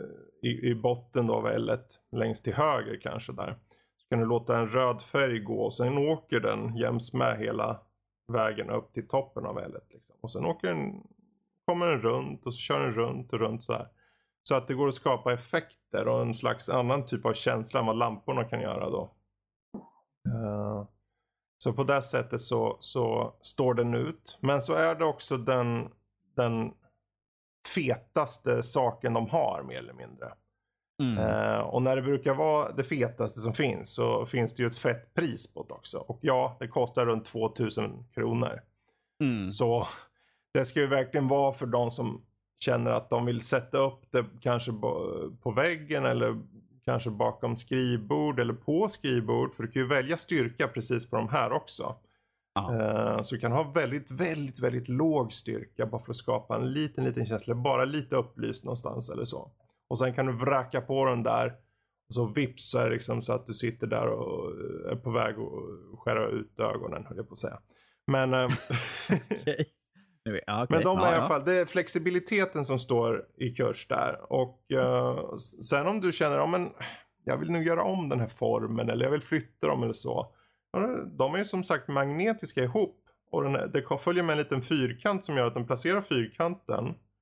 i, i botten då av eldet längst till höger kanske där. Så kan du låta en röd färg gå och sen åker den jäms med hela vägen upp till toppen av eldet. Liksom. Och sen åker den, kommer den runt och så kör den runt och runt så här. Så att det går att skapa effekter och en slags annan typ av känsla än vad lamporna kan göra då. Uh, så på det sättet så, så står den ut. Men så är det också den, den fetaste saken de har mer eller mindre. Mm. Uh, och när det brukar vara det fetaste som finns så finns det ju ett fett pris på det också. Och ja, det kostar runt tvåtusen kronor. Mm. Så det ska ju verkligen vara för de som känner att de vill sätta upp det kanske på väggen eller kanske bakom skrivbord eller på skrivbord. För du kan ju välja styrka precis på de här också. Uh, så du kan ha väldigt, väldigt, väldigt låg styrka bara för att skapa en liten, liten känsla. Bara lite upplyst någonstans eller så. Och sen kan du vraka på den där och så vips så är det liksom så att du sitter där och är på väg att skära ut ögonen, höll jag på att säga. Men... Uh, okay. Ja, okay. Men de är ja, i alla fall, det är flexibiliteten som står i kurs där. Och uh, sen om du känner, ja men jag vill nu göra om den här formen eller jag vill flytta dem eller så. De är ju som sagt magnetiska ihop. Och den, det följer med en liten fyrkant som gör att den placerar fyrkanten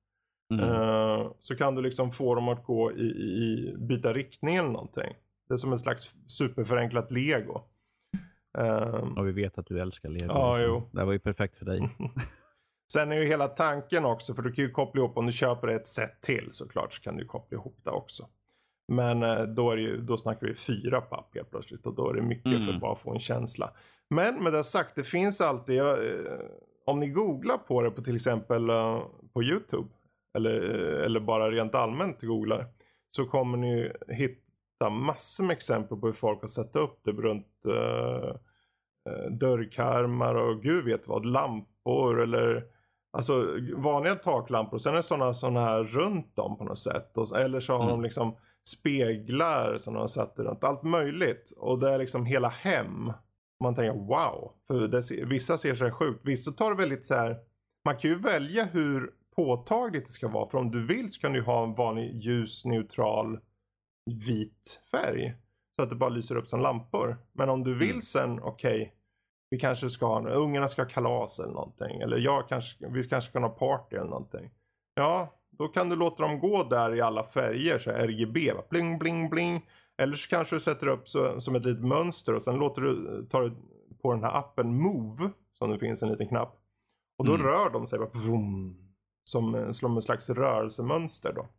Mm. Uh, så kan du liksom få dem att gå i, i byta riktning eller någonting. Det är som en slags superförenklat Lego. Uh, och vi vet att du älskar Lego. Ja, jo. Det var ju perfekt för dig. Sen är ju hela tanken också, för du kan ju koppla ihop, om du köper ett set till såklart, så kan du koppla ihop det också. Men uh, då, är det ju, då snackar vi fyra papp helt plötsligt, och då är det mycket mm. för att bara få en känsla. Men med det sagt, det finns alltid, uh, om ni googlar på det på till exempel uh, på YouTube, eller, eller bara rent allmänt googlar, så kommer ni hitta massor med exempel på hur folk har satt upp det runt uh, uh, dörrkarmar och gud vet vad, lampor eller alltså vanliga taklampor, och sen är det sådana, sådana här runt dem på något sätt, och, eller så har mm. de liksom speglar som de har satt runt, allt möjligt, och det är liksom hela hem. Man tänker wow, för det, vissa ser sig sjukt, vissa tar det väldigt så här, man kan ju välja hur påtagligt det ska vara, för om du vill så kan du ha en vanlig ljusneutral vit färg så att det bara lyser upp som lampor. Men om du vill sen, okej, okay, vi kanske ska ha, ungarna ska ha kalas eller någonting, eller jag kanske, vi kanske kan ha party eller någonting. Ja, då kan du låta dem gå där i alla färger, så R G B, va? Bling bling bling. Eller så kanske du sätter upp så, som ett litet mönster, och sen låter du, tar du på den här appen Move, som det finns en liten knapp, och då mm. rör de sig bara vroom, som, som en slags rörelsemönster då.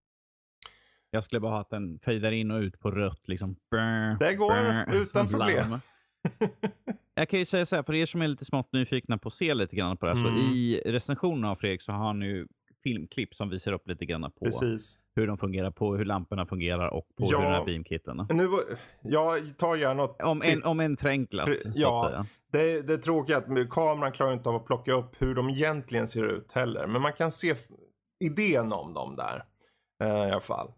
Jag skulle bara ha att den fejdar in och ut på rött liksom. Brr, det går brr, utan problem. Jag kan ju säga så här, för er som är lite smått nyfikna på att se lite grann på det här, mm. så i recensionen av Fredrik så har han ju filmklipp som visar upp lite grann på Precis. hur de fungerar, på hur lamporna fungerar och på ja, hur den här beamkitten. Nu jag tar gärna något om en, om en förenklat, Pre- så ja, att säga. Det, det är tråkigt att kameran klarar inte av att plocka upp hur de egentligen ser ut heller. Men man kan se f- idén om dem där. Uh, I alla fall.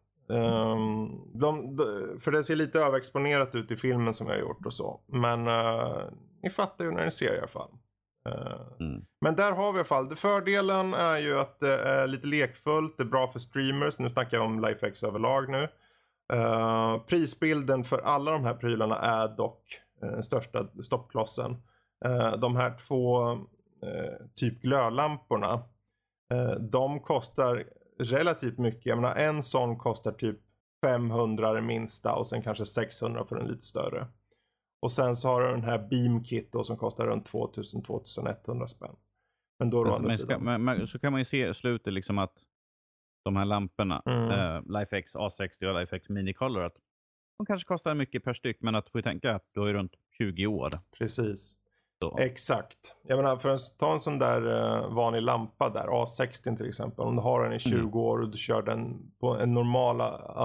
Um, de, de, för det ser lite överexponerat ut i filmen som jag har gjort och så. Men uh, ni fattar ju när ni ser i alla fall. Uh, mm. Men där har vi i alla fall. Fördelen är ju att det är lite lekfullt. Det är bra för streamers. Nu snackar jag om LifeX överlag nu. Uh, prisbilden för alla de här prylarna är dock den uh, största stoppklossen. Uh, de här två uh, typ glödlamporna, uh, de kostar relativt mycket. Jag menar, en sån kostar typ femhundra det minsta, och sen kanske sexhundra för en lite större. Och sen så har du den här beamkit då, som kostar runt tvåtusen till tvåtusenetthundra spänn. Men då men, ska, men, men, så kan man ju se slutet liksom att de här lamporna, mm. uh, LifeX A sextio och LifeX Mini Color, att de kanske kostar mycket per styck, men att du får tänka att du är runt tjugo år. Precis. Så. Exakt. Jag menar, för att ta en sån där uh, vanlig lampa där, A sextio till exempel, om du har den i tjugo mm. år och du kör den på en normal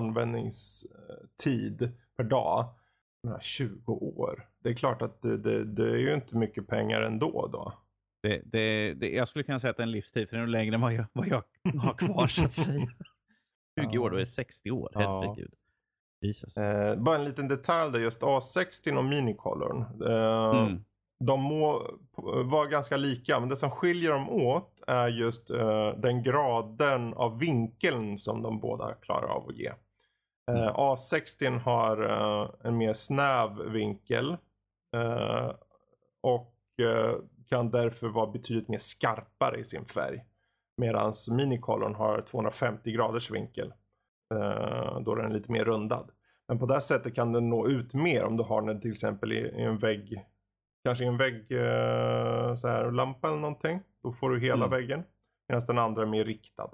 användningstid per dag, menar, tjugo år. Det är klart att det, det, det är ju inte mycket pengar ändå då. Det, det, det, jag skulle kunna säga att det är en livstid, för det är längre än vad jag, vad jag har kvar så att säga. tjugo år, då är det sextio år. Ja. Jesus. Eh, bara en liten detalj där, just A sextio och Minicolorn. Eh, mm. De må vara ganska lika, men det som skiljer dem åt är just eh, den graden av vinkeln som de båda klarar av att ge. Eh, mm. A sextio har eh, en mer snäv vinkel eh, och eh, kan därför vara betydligt mer skarpare i sin färg. Medan Minicolorn har tvåhundrafemtio graders vinkel. Uh, då är den lite mer rundad. Men på det sättet kan den nå ut mer om du har den till exempel i, i en vägg. Kanske i en vägg uh, så här lampa eller någonting. Då får du hela mm. väggen. Medan den andra är mer riktad.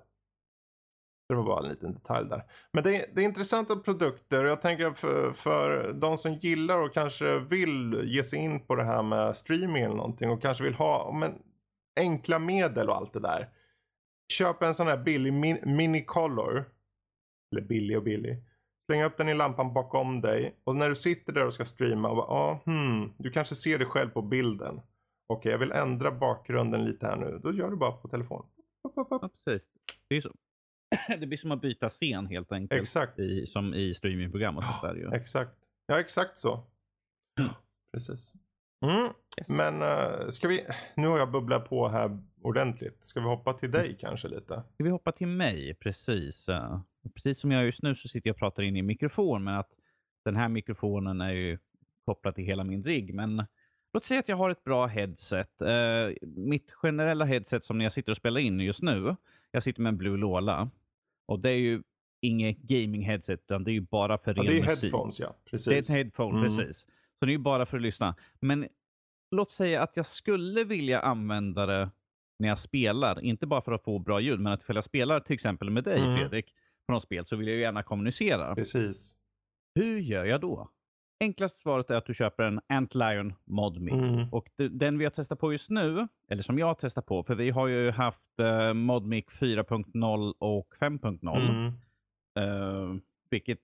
Det var bara en liten detalj där. Men det är, det är intressanta produkter. Jag tänker för, för de som gillar och kanske vill ge sig in på det här med streaming eller någonting. Och kanske vill ha men, enkla medel och allt det där. Köp en sån här billig min, Minicolor. Eller billig och billig. Släng upp den i lampan bakom dig. Och när du sitter där och ska streama. Och bara, ah, hmm, du kanske ser det själv på bilden. Okej, okay, jag vill ändra bakgrunden lite här nu. Då gör du bara på telefon. Upp, upp, upp. Ja, precis. Det är så. Det blir som att byta scen helt enkelt. Exakt. I, som i streamingprogram och sånt där ju. Exakt. Ja, exakt så. Mm. Precis. Mm. Yes. Men uh, ska vi... Nu har jag bubblat på här ordentligt. Ska vi hoppa till dig mm. kanske lite? Ska vi hoppa till mig? Precis. Uh, precis som jag just nu så sitter jag och pratar in i mikrofon. Men att den här mikrofonen är ju kopplad till hela min rigg. Men låt säga att jag har ett bra headset. Uh, mitt generella headset som jag sitter och spelar in just nu. jag sitter med en Blue Lola. Och det är ju inget gaming headset, utan det är ju bara för ren ja, det är musik. headphones, ja. Precis. Det är ett headphone, mm. precis. Så det är ju bara för att lyssna. Men låt säga att jag skulle vilja använda det när jag spelar. Inte bara för att få bra ljud, men att för jag spelar till exempel med dig, mm. Fredrik, på något spel, så vill jag ju gärna kommunicera. Precis. Hur gör jag då? Enklaste svaret är att du köper en Antlion Modmic. Mm. Och d- den vi har testat på just nu, eller som jag har testat på, för vi har ju haft uh, Modmic fyra punkt noll och fem punkt noll. Mm. Uh, vilket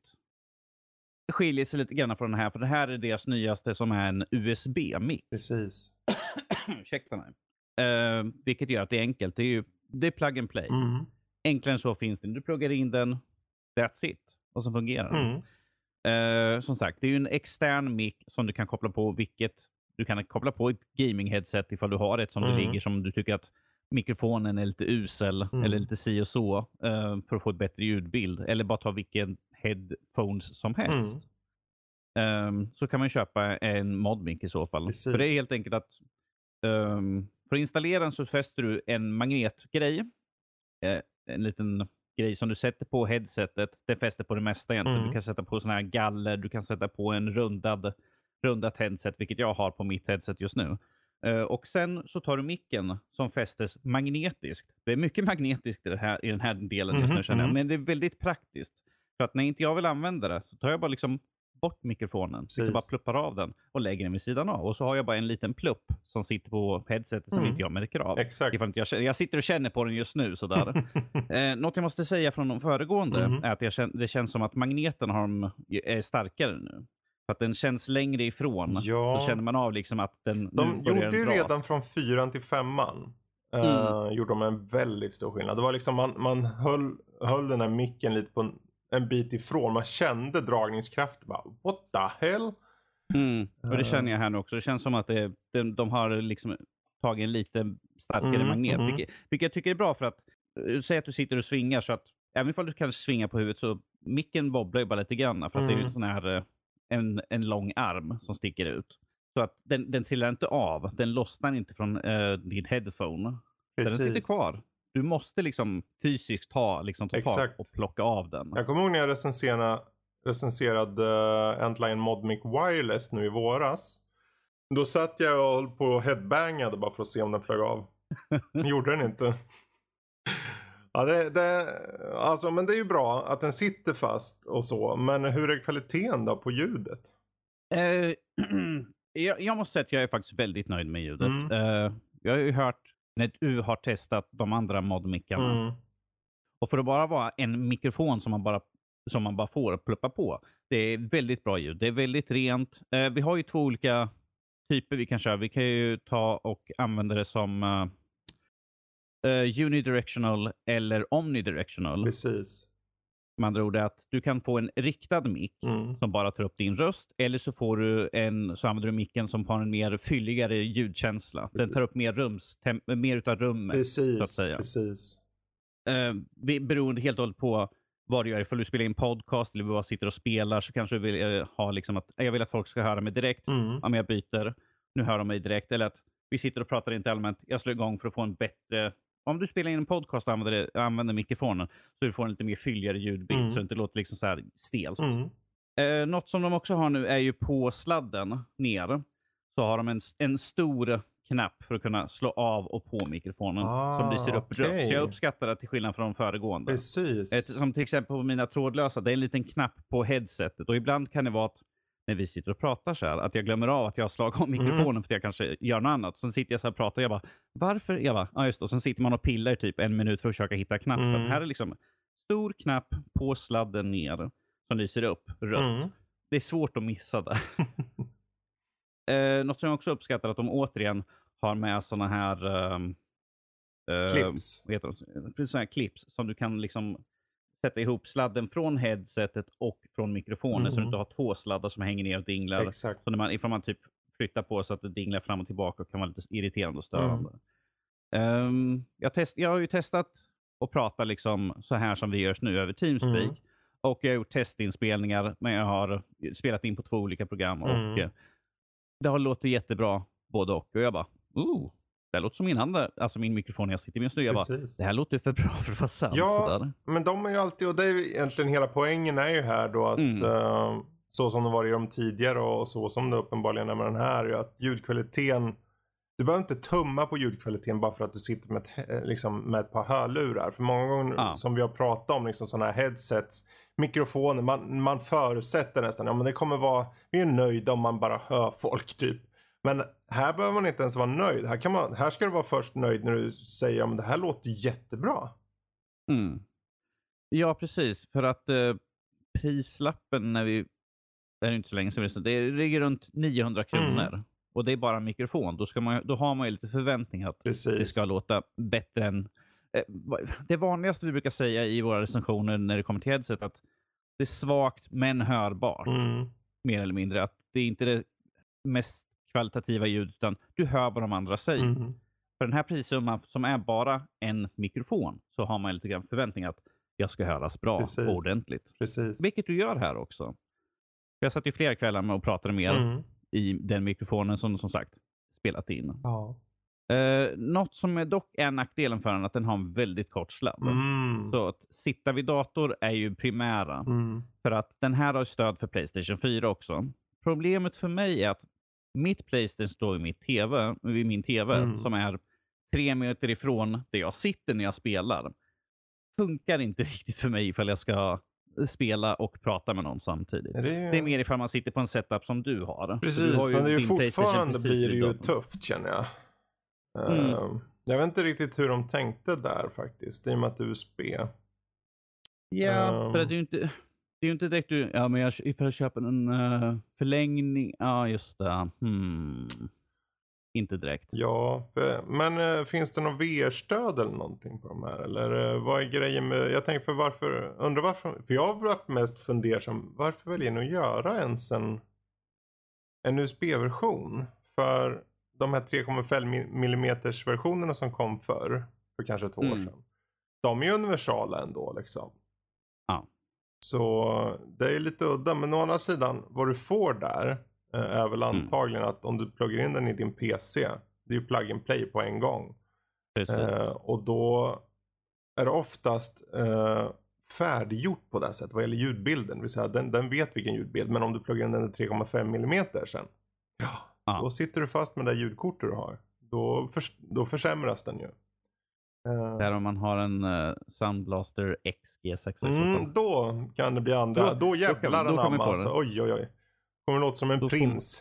skiljer sig lite grann från den här, för det här är deras nyaste som är en U S B-mic. Precis. Ursäkta mig. Uh, vilket gör att det är enkelt. Det är ju det är plug and play. Mm. Enklare än så finns det. Du pluggar in den, that's it. Och så fungerar den. Mm. Uh, som sagt, det är ju en extern mic som du kan koppla på, vilket du kan koppla på ett gaming-headset ifall du har ett som Mm. du ligger som du tycker att mikrofonen är lite usel Mm. eller lite si och så uh, för att få ett bättre ljudbild. Eller bara ta vilken headphones som helst. Mm. Um, så kan man köpa en modmic i så fall. Precis. För det är helt enkelt att um, för att installera den så fäster du en magnetgrej. Uh, en liten grej som du sätter på headsetet. Det fäster på det mesta egentligen. Mm. Du kan sätta på såna här galler. Du kan sätta på en rundad, rundat headset, vilket jag har på mitt headset just nu. Uh, och sen så tar du micken som fästes magnetiskt. Det är mycket magnetiskt i, det här, i den här delen just nu, Mm. känner jag. Mm. Men det är väldigt praktiskt. För att när inte jag vill använda det så tar jag bara liksom bort mikrofonen. Liksom bara pluppar av den och lägger den vid sidan av. Och så har jag bara en liten plupp som sitter på headsetet som Mm. inte jag märker av. Exakt. Ifall inte jag, jag sitter och känner på den just nu sådär. eh, något jag måste säga från de föregående Mm. är att jag känner, det känns som att magneten har de, är starkare nu. För att den känns längre ifrån. Ja. Så känner man av liksom att den De nu börjar gjorde ju dras. redan från fyran till femman. Mm. Uh, gjorde de en väldigt stor skillnad. Det var liksom man, man höll, höll den här micken lite på en, en bit ifrån. Man kände dragningskraft. Bara, what the hell? Mm. Och det känner jag här nu också. Det känns som att det, de, de har liksom tagit en lite starkare Mm, magnet. mm. Vilket, vilket jag tycker är bra för att uh, säg att du sitter och svingar så att även om du kan svinga på huvudet så micken wobblar ju bara lite grann. För att Mm. det är ju en sån här uh, en, en lång arm som sticker ut. Så att den, den trillar inte av. Den lossnar inte från uh, din headphone. Precis. Den sitter kvar. Du måste liksom fysiskt ta, liksom, ta tag Exakt. och plocka av den. Jag kommer ihåg när jag recenserade, recenserade uh, Antlion Modmic Wireless nu i våras. Då satt jag och höll på och headbangade bara för att se om den flög av. Gjorde den inte. Ja, det, det, alltså, men det är ju bra att den sitter fast och så. Men hur är kvaliteten då på ljudet? Eh, jag, jag måste säga att jag är faktiskt väldigt nöjd med ljudet. Mm. Eh, jag har ju hört när du har testat de andra modmickarna. Mm. Och för att bara vara en mikrofon som man bara, som man bara får pluppa på. Det är väldigt bra ljud. Det är väldigt rent. Eh, vi har ju två olika typer vi kan köra. Vi kan ju ta och använda det som uh, uh, unidirectional eller omnidirectional. Precis. Med andra ord är att du kan få en riktad mick Mm. som bara tar upp din röst. Eller så får du en, så använder du micken som har en mer fylligare ljudkänsla. Precis. Den tar upp mer rums, tem, mer utav rummet. Precis. Så att säga. Precis. Uh, vi, beroende helt och hållet på vad du gör. Ifall du spelar in podcast eller bara sitter och spelar så kanske du vill uh, ha liksom att jag vill att folk ska höra mig direkt. Mm. Om jag byter. Nu hör de mig direkt. Eller att vi sitter och pratar inte allmänt. Jag slår igång för att få en bättre... Om du spelar in en podcast och använder, det, använder mikrofonen så du får en lite mer fylligare ljudbild. Mm. Så det inte låter liksom så här stelt. Mm. Eh, något som de också har nu är ju på sladden ner. Så har de en, en stor knapp för att kunna slå av och på mikrofonen. Ah, som lyser upp okej. rött. Så jag uppskattar det till skillnad från de föregående. Precis. Eh, som till exempel på mina trådlösa. Det är en liten knapp på headsetet. Och ibland kan det vara att när vi sitter och pratar så här, att jag glömmer av att jag har slagit om mikrofonen Mm. för att jag kanske gör något annat. Sen sitter jag så här och pratar och jag bara, varför? Jag bara, ja just det. Och sen sitter man och pillar i typ en minut för att försöka hitta knappen. Mm. Här är liksom stor knapp på sladden ner som lyser upp rött. Mm. Det är svårt att missa det. eh, något som jag också uppskattar att de återigen har med såna här um, uh, Clips. vad heter de? Såna här clips som du kan liksom sätta ihop sladden från headsetet och från mikrofonen Mm. så du inte har två sladdar som hänger ner och dinglar. Exakt. Så när man, ifall man typ flyttar på så att det dinglar fram och tillbaka kan vara lite irriterande och störande. Mm. Um, jag, test, jag har ju testat att prata liksom så här som vi gör nu över Teamspeak. Mm. Och jag har gjort testinspelningar men jag har spelat in på två olika program. Mm. Och eh, det har låtit jättebra både och. Och jag bara, ooh, det här låter som min andra, alltså min mikrofon jag sitter med just nu. Jag bara, Precis. det här låter för bra för att vara sant. Ja, sådär. men de är ju alltid, och det är ju egentligen hela poängen är ju här då att Mm. uh, så som det var i de tidigare och så som det uppenbarligen är med den här, är ju att ljudkvaliteten, du behöver inte tumma på ljudkvaliteten bara för att du sitter med ett, liksom, med ett par hörlurar. För många gånger Ja. som vi har pratat om liksom sådana här headsets, mikrofoner, man, man förutsätter nästan, ja men det kommer vara, vi är nöjda om man bara hör folk typ. Men här behöver man inte ens vara nöjd. Här, kan man, här ska du vara först nöjd när du säger att det här låter jättebra. Mm. Ja, precis. För att eh, prislappen när vi, det är inte så länge sedan, det ligger runt niohundra kronor. Mm. Och det är bara en mikrofon. Då, ska man, då har man ju lite förväntning att Precis. det ska låta bättre än... Eh, det vanligaste vi brukar säga i våra recensioner när det kommer till headset att det är svagt men hörbart. Mm. Mer eller mindre. Att det är inte det mest kvalitativa ljudet utan du hör vad de andra säger. Mm. För den här prissumman som är bara en mikrofon så har man lite grann förväntning att jag ska höras bra Precis. och ordentligt. Precis. Vilket du gör här också. Jag satt ju flera kvällar med och pratade mer Mm. i den mikrofonen som som sagt spelat in. Ja. Eh, något som är dock är nackdelen för den att den har en väldigt kort sladd. Mm. Så att sitta vid dator är ju primära. Mm. För att den här har stöd för PlayStation fyra också. Problemet för mig är att mitt PlayStation står i mitt TV, vid min TV Mm. som är tre meter ifrån där jag sitter när jag spelar. Funkar inte riktigt för mig ifall jag ska spela och prata med någon samtidigt. Det är, Det är mer ifall man sitter på en setup som du har. precis, du har men det är ju din PlayStation fortfarande precis blir det vid ju datorn. tufft känner jag. Mm. Uh, jag vet inte riktigt hur de tänkte där faktiskt, i och med att U S B. Ja, Um. för att det är ju inte, det är ju inte direkt du, ja men jag, ifall jag köper en uh, förlängning, ja just det, hmm. Inte direkt. Ja, för, men uh, finns det någon V R-stöd eller någonting på de här? Eller uh, vad är grejen med, jag tänker för varför, undrar varför, för jag har varit mest fundersam, varför väljer ni att göra ens en, en U S B-version? För de här tre komma fem millimeters versionerna som kom för, för kanske två Mm. år sedan. De är ju universala ändå liksom. Ja. Så det är lite udda, men å andra sidan, vad du får där eh, är väl antagligen mm. att om du pluggar in den i din P C, det är ju plug and play på en gång. Eh, och då är det oftast eh, färdiggjort på det sättet vad gäller ljudbilden. Det vill säga, den, den vet vilken ljudbild, men om du pluggar in den i tre komma fem millimeter sen, ja, ja. då sitter du fast med det ljudkortet du har. Då, för, då försämras den ju. Där om man har en uh, Sound Blaster X G sex. Mm, då kan det bli andra. Då, då jävlar då anamma alltså. Oj oj oj. Kommer låta som en då prins.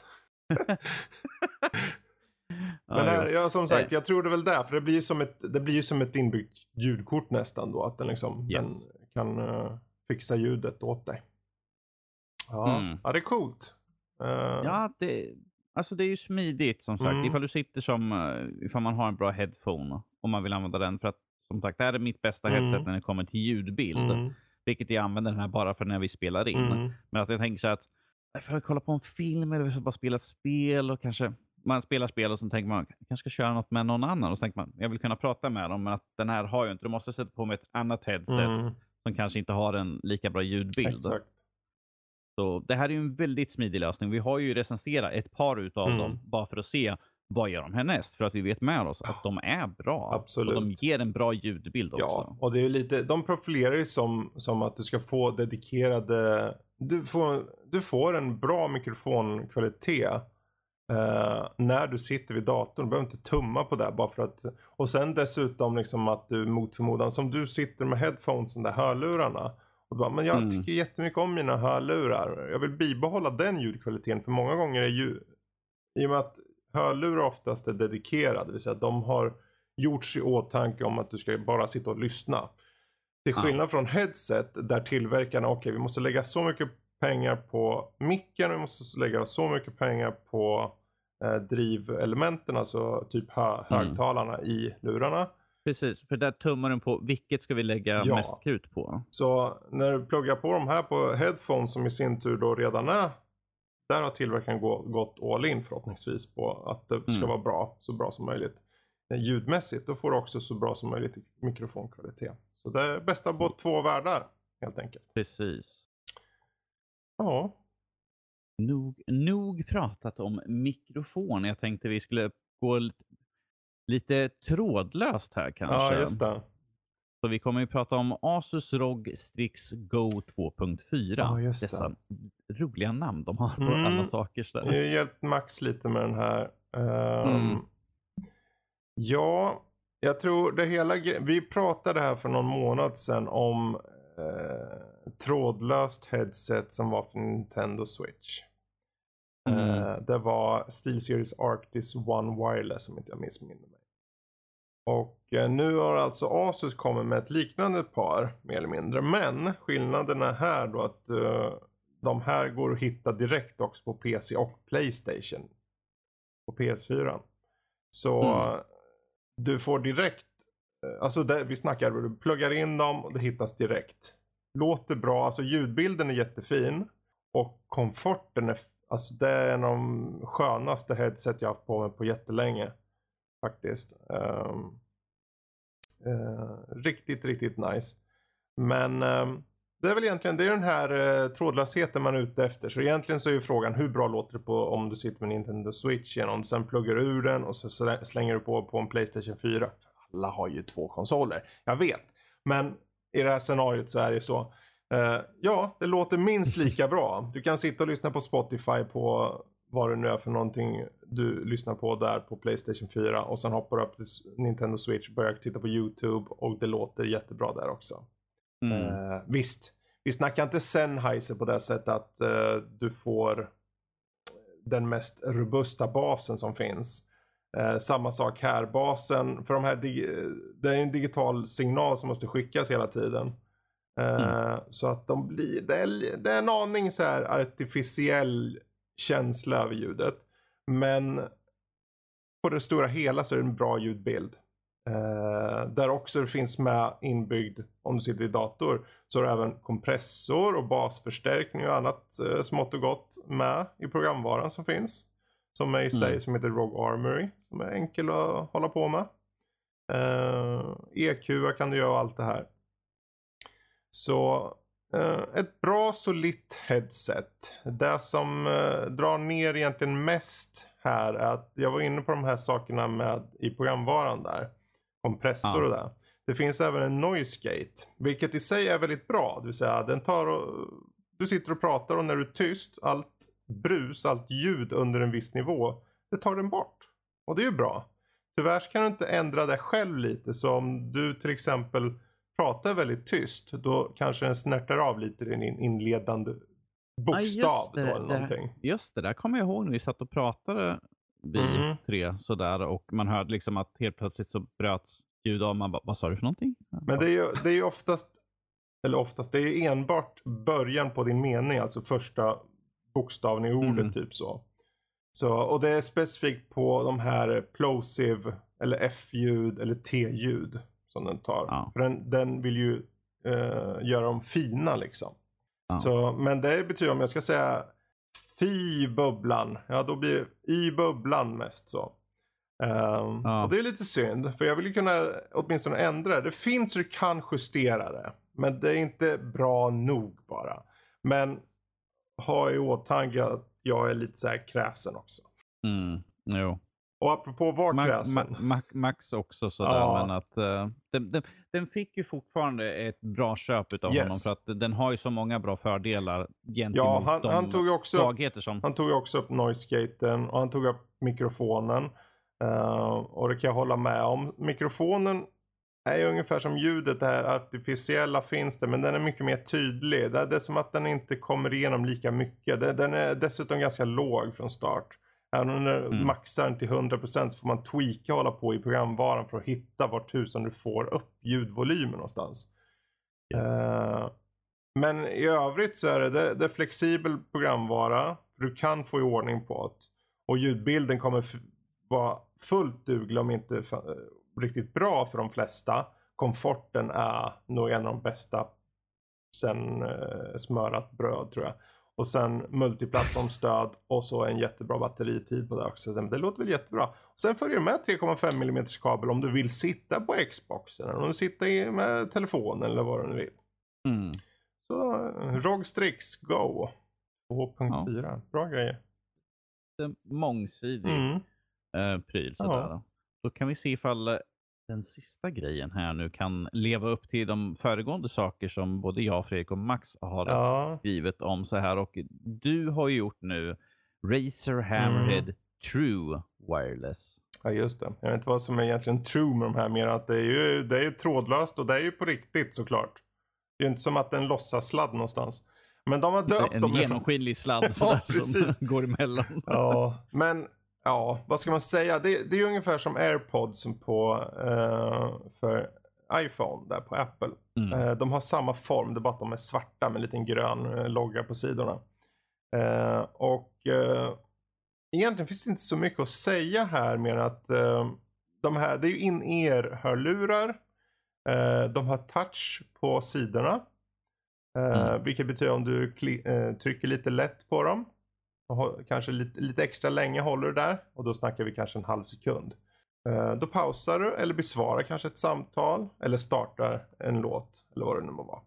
Men här, ja, som sagt, jag tror det väl där. För det blir ju som ett, det blir ju som ett inbyggt ljudkort nästan då. Att den liksom yes. den kan uh, fixa ljudet åt dig. Ja, mm. ja det är coolt. Uh, ja, det, alltså det är ju smidigt som sagt. Mm. Ifall du sitter som, ifall man har en bra headphone och man vill använda den. För att som sagt, det här är mitt bästa mm. headset när det kommer till ljudbild. Mm. Vilket jag använder den här bara för när vi spelar in. Mm. Men att jag tänker så att för att kolla på en film eller för att bara spela ett spel och kanske man spelar spel och så tänker man kanske ska köra något med någon annan och så tänker man jag vill kunna prata med dem men att den här har ju inte, du måste sätta på med ett annat headset mm. som kanske inte har en lika bra ljudbild. Exakt. Så det här är ju en väldigt smidig lösning. Vi har ju recenserat ett par utav mm. dem bara för att se vad gör de härnäst för att vi vet med oss att de är bra. Absolut. Och de ger en bra ljudbild också. Ja, och det är lite, de profilerar ju som, som att du ska få dedikerade, du får, du får en bra mikrofonkvalitet eh, när du sitter vid datorn. Du behöver inte tumma på det bara för att, och sen dessutom liksom att du mot förmodan, som du sitter med headphones, där hörlurarna. Och bara, men jag mm. tycker jättemycket om mina hörlurar. Jag vill bibehålla den ljudkvaliteten för många gånger är ju, i och med att hörlurar oftast är dedikerade, det vill säga att de har gjorts i åtanke om att du ska bara sitta och lyssna. Till skillnad ah. från headset där tillverkarna, okej okay, vi måste lägga så mycket pengar på micken, vi måste lägga så mycket pengar på eh, drivelementen, alltså typ hö- mm. högtalarna i lurarna. Precis, för där tummar den på vilket ska vi lägga ja. mest krut på. Så när du pluggar på de här på headphones som i sin tur då redan är, där har tillverkaren gått all in förhoppningsvis på att det ska mm. vara bra, så bra som möjligt. Ljudmässigt, då får du också så bra som möjligt mikrofonkvalitet. Så det är bästa av både två världar, helt enkelt. Precis. Ja. Nog, nog pratat om mikrofon. Jag tänkte vi skulle gå lite... lite trådlöst här kanske. Ja, just det. Så vi kommer ju prata om Asus R O G Strix Go två punkt fyra. Ja, just det. Dessa roliga namn de har på Mm. alla saker. Så Jag har hjälpt Max lite med den här. Um, Mm. Ja, jag tror det hela... Vi pratade här för någon månad sedan om eh, trådlöst headset som var för Nintendo Switch. Mm. Eh, det var SteelSeries Arctis One Wireless, som inte jag missminner mig. Och eh, nu har alltså Asus kommit med ett liknande par, mer eller mindre. Men skillnaden är här då att eh, de här går att hitta direkt också på P C och PlayStation. På P S fyra. Så Mm. du får direkt, alltså det, vi snackar, du pluggar in dem och det hittas direkt. Låter bra, alltså ljudbilden är jättefin. Och komforten är, alltså det är en av de skönaste headset jag har haft på mig på jättelänge. Faktiskt. Um, uh, riktigt, riktigt nice. Men um, det är väl egentligen, det är den här uh, trådlösheten man är ute efter. Så egentligen så är ju frågan, hur bra låter det på om du sitter med Nintendo Switch genom, sen pluggar du ur den och så slänger du på på en PlayStation fyra. Alla har ju två konsoler, jag vet. Men i det här scenariot så är det så. Uh, ja, det låter minst lika bra. Du kan sitta och lyssna på Spotify på vad det nu är för någonting du lyssnar på där på PlayStation fyra. Och sen hoppar du upp till Nintendo Switch, börjar titta på YouTube och det låter jättebra där också. Mm. Uh, visst, vi snackar inte Sennheiser på det sättet att uh, du får den mest robusta basen som finns. Uh, samma sak här, basen, för de här det är en digital signal som måste skickas hela tiden. Uh, mm. Så att de blir, det är, det är en aning så här artificiell känsla över ljudet. Men på det stora hela så är det en bra ljudbild. Uh, där också det finns med inbyggd, om du sitter i dator, så är det även kompressor och basförstärkning och annat uh, smått och gott med i programvaran som finns. Som är i sig, mm. som heter R O G Armory, som är enkel att hålla på med. Uh, E Q kan du göra allt det här. Så uh, ett bra solitt headset. Det som uh, drar ner egentligen mest här är att jag var inne på de här sakerna med i programvaran där. Kompressor ja. Och det. Det finns även en noise gate. Vilket i sig är väldigt bra. Det vill säga den tar och, du sitter och pratar och när du är tyst, allt brus, allt ljud under en viss nivå, det tar den bort. Och det är ju bra. Tyvärr kan du inte ändra det själv lite. Så om du till exempel pratar väldigt tyst, då kanske den snärtar av lite i din inledande bokstav ah, det, då eller det, någonting. Just det, där kommer jag ihåg när vi satt och pratade vi mm. tre sådär och man hörde liksom att helt plötsligt så bröts ljud av. Man bara, vad sa du för någonting? Men det är ju, det är ju oftast, eller oftast, det är ju enbart början på din mening, alltså första bokstaven i ordet mm. typ så. Så. Och det är specifikt på de här plosive eller F-ljud eller T-ljud som den tar. Ja. För den, den vill ju uh, göra dem fina liksom. Ja. Så, men det betyder, om jag ska säga fy bubblan, ja då blir det i bubblan mest så. Um, ja. Och det är lite synd, för jag vill ju kunna åtminstone ändra det. Det finns så du kan justera det, men det är inte bra nog bara. Men ha i åtanke att jag är lite så här kräsen också. Mm, jo. Och apropå var Ma- kräsen. Ma- Ma- Max också sådär, ja. Men att uh, den, den, den fick ju fortfarande ett bra köp utav yes. honom, för att den har ju så många bra fördelar gentemot ja, han, de han tog också svagheter som... Han tog ju också upp noise-gaten och han tog upp mikrofonen. Uh, och det kan jag hålla med om. Mikrofonen är ju ungefär som ljudet, det här artificiella finns det, men den är mycket mer tydlig. Det är, det är som att den inte kommer igenom lika mycket. Det, den är dessutom ganska låg från start. Även om den mm. maxar den till hundra procent så får man tweaka och hålla på i programvaran för att hitta vart tusan du får upp ljudvolymen någonstans. Yes. Uh, men i övrigt så är det, det, det är flexibel programvara. Du kan få i ordning på det. Och ljudbilden kommer f- vara fullt duglig, om inte f- riktigt bra för de flesta. Komforten är nog en av de bästa sen uh, smörat bröd tror jag. Och sen multiplattformstöd och så en jättebra batteritid på det också. Det låter väl jättebra. Och sen följer det med tre komma fem millimeter kabel om du vill sitta på Xboxen. Eller om du sitter med telefonen eller vad du nu vill. Mm. Så R O G Strix Go två punkt fyra. Ja. Bra grejer. Det är mångsidig mm. eh, pryl sådär. Ja. då kan vi se ifall den sista grejen här nu kan leva upp till de föregående saker som både jag, Fredrik och Max har Ja. skrivit om så här. Och du har ju gjort nu Razer Hammerhead Mm. True Wireless. Ja, just det. Jag vet inte vad som är egentligen true med de här, mer att det är ju, det är ju trådlöst och det är ju på riktigt såklart. Det är ju inte som att det är en låtsassladd någonstans. Men de har döpt en dem. En genomskinlig sladd ja, precis. Som går emellan. ja, men ja, vad ska man säga? Det, det är ungefär som AirPods på, uh, för iPhone där på Apple. Mm. Uh, de har samma form, det är bara att de är svarta med en liten grön uh, logga på sidorna. Uh, och uh, egentligen finns det inte så mycket att säga här, mer än att uh, de här, det är ju in-ear-hörlurar. Uh, de har touch på sidorna. Uh, mm. Vilket betyder om du kli- uh, trycker lite lätt på dem. Och kanske lite, lite extra länge håller du där. Och då snackar vi kanske en halv sekund. Uh, då pausar du eller besvarar kanske ett samtal. Eller startar en låt. Eller vad det nu må vara.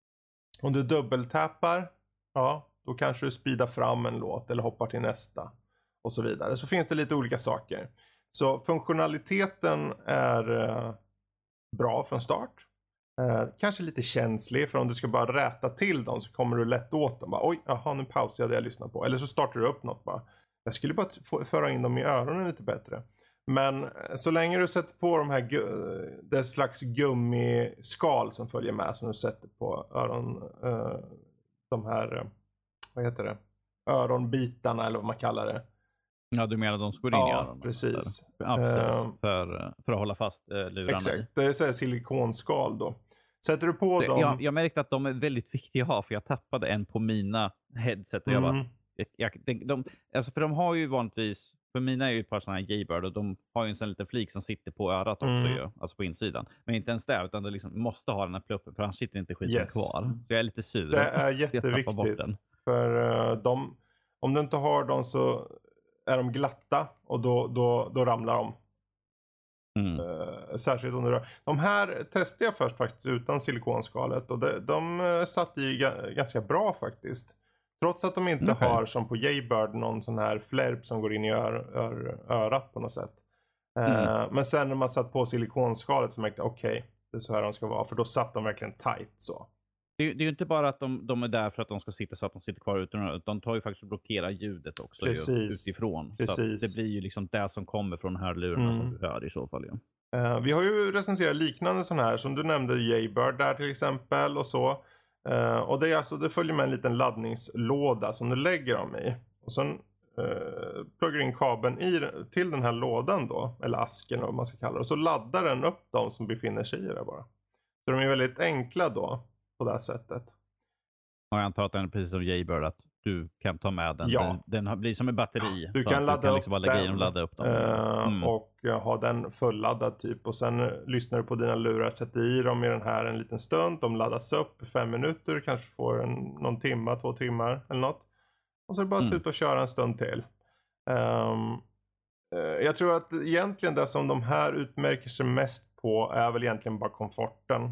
Om du dubbeltappar. Ja, då kanske du speedar fram en låt. Eller hoppar till nästa. Och så vidare. Så finns det lite olika saker. Så funktionaliteten är uh, bra från start. Uh, kanske lite känslig, för om du ska bara räta till dem så kommer du lätt åt dem. Bara, oj, jaha, nu pausar jag det jag lyssnar på. Eller så startar du upp något bara. Jag skulle bara få, föra in dem i öronen lite bättre. Men så länge du sätter på de här gu- det slags gummiskal som följer med, som du sätter på öron, uh, de här, uh, vad heter det? Öronbitarna eller vad man kallar det. Ja, du menar de som går in ja, i öronen? Precis. Ja, precis. Uh, för, för att hålla fast uh, lurarna. Exakt, i. det är så här silikonskal då. Sätter du på det, dem... Jag, jag märkte att de är väldigt viktiga att ha, för jag tappade en på mina headset. Och jag Mm. bara, jag, jag, de, de, alltså för de har ju vanligtvis, för mina är ju ett par sådana här Jaybird och de har ju en sån liten flik som sitter på örat också, Mm. ju, alltså på insidan. Men inte ens där, utan du liksom måste ha den här pluppen, för annars sitter inte skiten Yes. kvar. Så jag är lite sur. Det är jätteviktigt. För uh, de, om du inte har dem så är de glatta och då, då, då ramlar de. Mm. Uh, särskilt om du rör. De här testade jag först faktiskt utan silikonskalet och de, de uh, satt i ga- ganska bra faktiskt. Trots att de inte okay. har som på Jaybird någon sån här flärp som går in i ör, ör, örat på något sätt. Uh, mm. Men sen när man satt på silikonskalet så märkte jag okej, okay, det är så här de ska vara, för då satt de verkligen tight så. Det, det är ju inte bara att de, de är där för att de ska sitta så att de sitter kvar utan de tar ju faktiskt och blockerar ljudet också ju, utifrån. Precis. Så att det blir ju liksom det som kommer från hörlurarna mm. som du hör i så fall. Ja. Uh, vi har ju recenserat liknande sån här som du nämnde, Jaybird där till exempel och så. Uh, och det är alltså, det följer med en liten laddningslåda som du lägger dem i. Och sen uh, pluggar in kabeln i, till den här lådan då, eller asken vad man ska kalla det. Och så laddar den upp dem som befinner sig i det bara. Så de är väldigt enkla då. På det här sättet. Och jag antar att den är precis som Jaybird, att du kan ta med den. Ja. Den, den blir som en batteri. Du kan ladda du kan upp liksom bara lägga den. I och ladda upp dem. Mm. Och ha den fulladdad typ. Och sen lyssnar du på dina lurar, sätter i dem i den här en liten stund. De laddas upp i fem minuter. Kanske får en, någon timma, två timmar eller något. Och så är det bara att mm. ut och köra en stund till. Um, jag tror att egentligen det som de här utmärker sig mest på är väl egentligen bara komforten.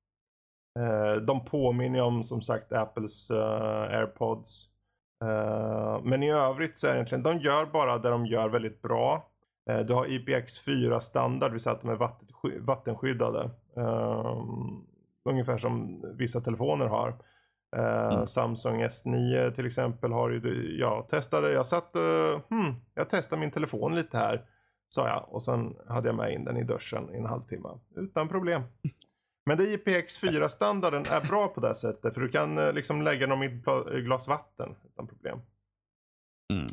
De påminner om som sagt Apples uh, AirPods. Uh, men i övrigt så är det egentligen, de gör bara det de gör väldigt bra. Uh, du har I P X fyra standard, vill säga att de är vatten, vattenskyddade. Uh, ungefär som vissa telefoner har. Uh, mm. Samsung S nio till exempel har ju, jag testade, jag satt, uh, hmm, jag testade min telefon lite här, sa jag. Och sen hade jag med in den i duschen i en halvtimme. Utan problem. Men det I P X fyra-standarden är bra på det sättet. För du kan liksom lägga dem i ett glas vatten utan problem. Mm.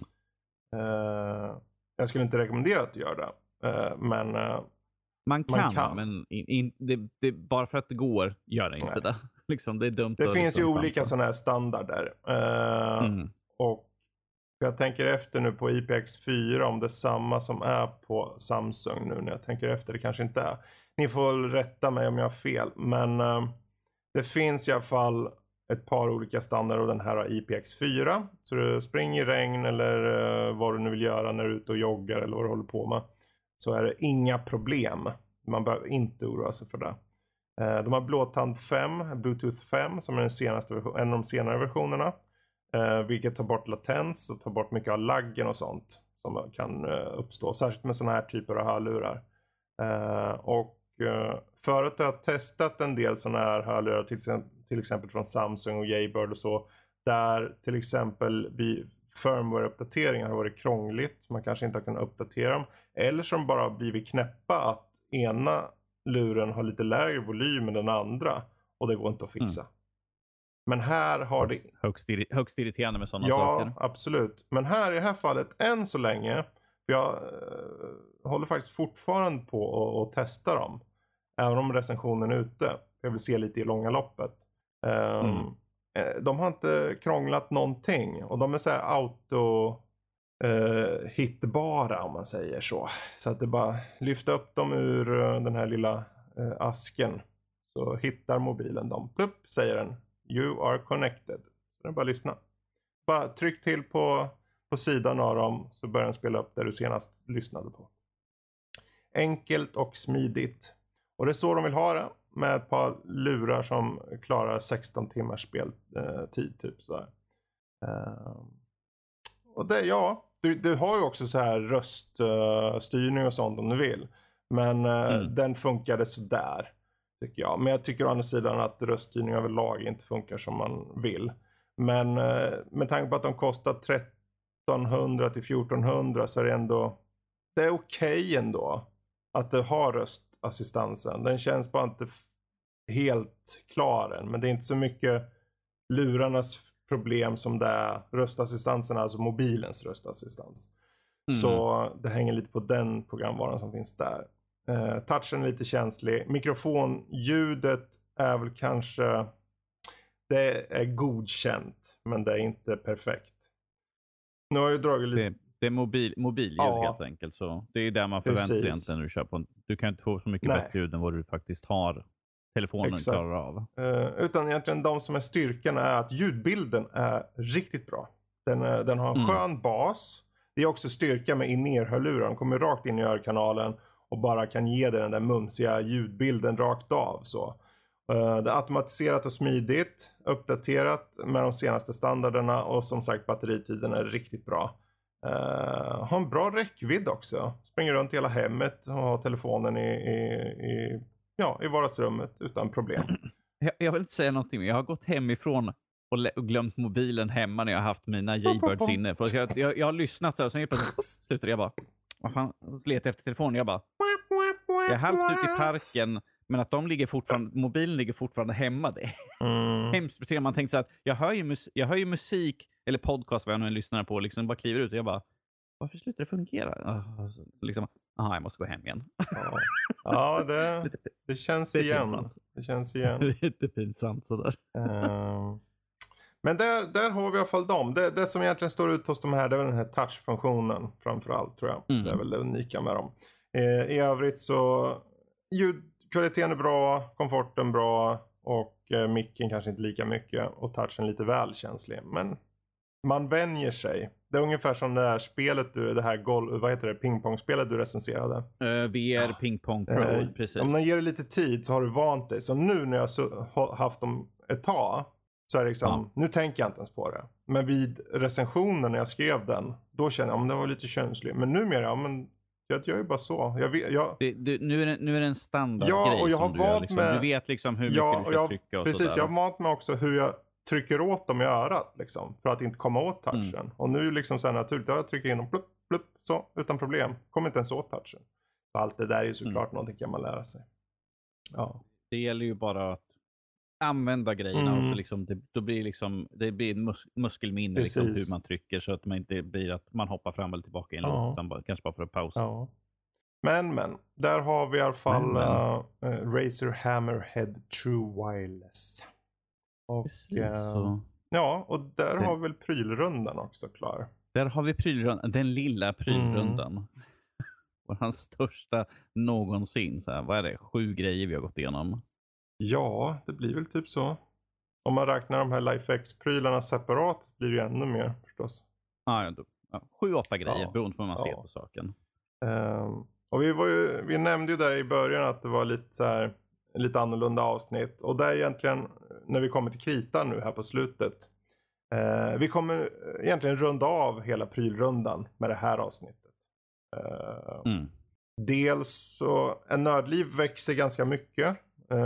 Uh, jag skulle inte rekommendera att du gör det. Uh, men uh, man, kan, man kan, men in, in, det, det, bara för att det går gör det inte Nej. det. Liksom, det är dumt. Det finns liksom ju olika sådana här standarder. Uh, mm. Och jag tänker efter nu på I P X fyra om det är samma som är på Samsung nu när jag tänker efter. Det kanske inte är. Ni får rätta mig om jag har fel. Men uh, det finns i alla fall ett par olika standarder och den här har I P X fyra. Så du springer i regn eller uh, vad du nu vill göra när du är ute och joggar eller vad du håller på med. Så är det inga problem. Man behöver inte oroa sig för det. Uh, de har Blåtand fem, Bluetooth fem som är den senaste, en av de senare versionerna. Uh, vilket tar bort latens och tar bort mycket av laggen och sånt som kan uh, uppstå. Särskilt med sådana här typer av hörlurar. Uh, och uh, förut har jag testat en del sådana här hörlurar, till, till exempel från Samsung och Jaybird och så. Där till exempel vid firmware-uppdateringar har varit krångligt. Man kanske inte har kunnat uppdatera dem. Eller som bara blivit knäppa att ena luren har lite lägre volym än den andra. Och det går inte att fixa. Mm. Men här har det... Högst, irri- högst irriterande med sådana ja, saker. Ja, absolut. Men här i det här fallet, än så länge... För jag uh, håller faktiskt fortfarande på att testa dem. Även om recensionen är ute. Jag vill se lite i långa loppet. Um, mm. De har inte krånglat någonting. Och de är så här auto uh, hittbara om man säger så. Så att det bara lyfta upp dem ur uh, den här lilla uh, asken. Så hittar mobilen dem. Plupp säger den. You are connected. Så det är bara att lyssna. Bara tryck till på, på sidan av dem. Så börjar den spela upp det du senast lyssnade på. Enkelt och smidigt. Och det är så de vill ha det. Med ett par lurar som klarar sexton timmars speltid. Typ sådär. Uh, och det, ja. Du, du har ju också så här röststyrning uh, och sånt om du vill. Men uh, mm. den funkade sådär. Tycker jag. Men jag tycker å andra sidan att röststyrning överlag inte funkar som man vill. Men uh, med tanke på att de kostar trettonhundra till fjortonhundra så är det ändå. Det är okej okay ändå. Att det har röstassistansen. Den känns bara inte f- helt klar än. Men det är inte så mycket lurarnas problem som det är röstassistansen. Alltså mobilens röstassistans. Mm. Så det hänger lite på den programvaran som finns där. Uh, touchen är lite känslig. Mikrofonljudet är väl kanske. Det är godkänt. Men det är inte perfekt. Nu har jag dragit lite. Det, det är mobil, mobilljud ja. Helt enkelt. Så det är där man förväntar sig egentligen när du kör på en, du kan inte få så mycket bättre ljud än vad du faktiskt har telefonen Exakt. klarar av. Uh, utan egentligen de som är styrkan är att ljudbilden är riktigt bra. Den, är, den har en mm. skön bas. Det är också styrka med in-ear-hörlurar. De kommer rakt in i örkanalen och bara kan ge dig den där mumsiga ljudbilden rakt av. Så. Uh, det är automatiserat och smidigt. Uppdaterat med de senaste standarderna. Och som sagt batteritiden är riktigt bra. Uh, har en bra räckvidd också. Springer runt i hela hemmet och har telefonen i, i, i, ja, i vardagsrummet utan problem. Jag, jag vill inte säga någonting, men jag har gått hemifrån och, le- och glömt mobilen hemma när jag har haft mina Jaybirds inne. För jag, jag, jag har lyssnat och sen helt plötsligt slutar jag bara, vad fan, letar efter telefonen. Jag bara, jag är halvt ute i parken, men att de ligger fortfarande, mobilen ligger fortfarande hemma. Det är mm. hemskt för man tänker så att jag hör ju, mus- jag hör ju musik eller podcast vad jag nu lyssnar på, liksom bara kliver ut och jag bara, varför slutar det fungera? Uh, så, så liksom, aha, jag måste gå hem igen. Ja, ja det, det känns det igen. Pinsamt. Det känns igen. Det är lite pinsamt sådär. Uh, men där, där har vi i alla fall dem. Det, det som egentligen står ut hos de här, det är väl den här touch-funktionen framförallt tror jag. Mm. Det är väl det unika med dem. Uh, I övrigt så ljudkvaliteten är bra, komforten bra och uh, micken kanske inte lika mycket och touchen lite väl känslig. Men man vänjer sig. Det är ungefär som det här spelet du, det här gol, vad heter det, pingpongspelet du recenserade. Uh, V R Pingpong Pro, uh, precis. Om man ger det lite tid så har du vant dig. Så nu när jag så, har haft dem ett tag så är det liksom, uh. nu tänker jag inte ens på det. Men vid recensionen när jag skrev den, då kände jag, om det var lite känsligt. Men numera, ja men jag gör ju bara så. Jag vet, jag... Det, du, nu, är det, nu är det en standardgrej ja, och jag har som valt du gör. Liksom. Med... Du vet liksom hur mycket ja, du ska jag, trycka och precis, sådär. jag har valt mig också hur jag trycker åt dem i örat liksom, för att inte komma åt touchen. Mm. Och nu liksom så här naturligt, jag trycker in dem plupp, plupp, så, utan problem. Kommer inte ens åt touchen. Så allt det där är ju såklart mm. någonting kan man lära sig. Ja. Det gäller ju bara att använda grejerna mm. och så liksom, det, då blir liksom, det blir mus- muskelminne liksom, hur man trycker så att man inte blir att man hoppar fram eller tillbaka i en ja. låt, utan bara, kanske bara för att pausa. Ja. Men, men, där har vi i alla fall men, men. Uh, uh, Razer Hammerhead True Wireless. Och, Precis, uh, ja, och där det, har vi väl prylrundan också klar. Där har vi prylrundan, den lilla prylrundan. Mm. Våran största någonsin. Så här, vad är det? Sju grejer vi har gått igenom. Ja, det blir väl typ så. Om man räknar de här LifeX-prylarna separat blir det ju ännu mer förstås. Ah, ja, ja, sju, åtta grejer ja. beroende på hur man ja. ser på saken. Um, och vi, var ju, vi nämnde ju där i början att det var lite så här, lite annorlunda avsnitt. Och där egentligen, när vi kommer till kritan nu här på slutet. Uh, vi kommer egentligen runda av hela prylrundan med det här avsnittet. Uh, mm. dels så, en nördliv växer ganska mycket.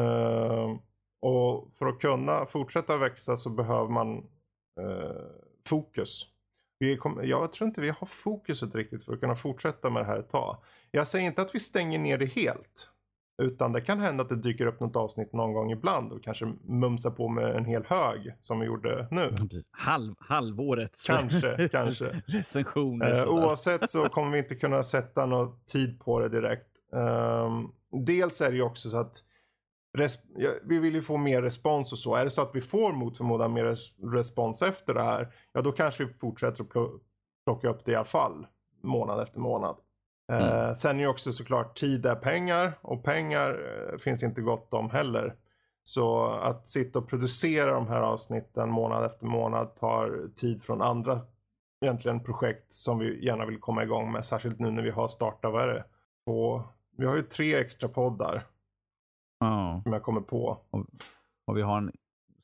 Uh, och för att kunna fortsätta växa så behöver man uh, fokus. Vi kom, jag tror inte vi har fokuset riktigt för att kunna fortsätta med det här ett tag. Jag säger inte att vi stänger ner det helt. Utan det kan hända att det dyker upp något avsnitt någon gång ibland och kanske mumsa på med en hel hög som vi gjorde nu. Halv, halvårets kanske, kanske. recensioner. Eh, oavsett så kommer vi inte kunna sätta någon tid på det direkt. Um, dels är det ju också så att res- ja, vi vill ju få mer respons och så. Är det så att vi får mot förmodan mer res- respons efter det här, ja då kanske vi fortsätter att pl- plocka upp det i alla fall. Månad efter månad. Mm. Uh, sen är det också såklart tid är pengar och pengar uh, finns inte gott om heller. Så att sitta och producera de här avsnitten månad efter månad tar tid från andra egentligen projekt som vi gärna vill komma igång med. Särskilt nu när vi har startat, vad är det? Och vi har ju tre extra poddar oh. som jag kommer på. Och, och vi har en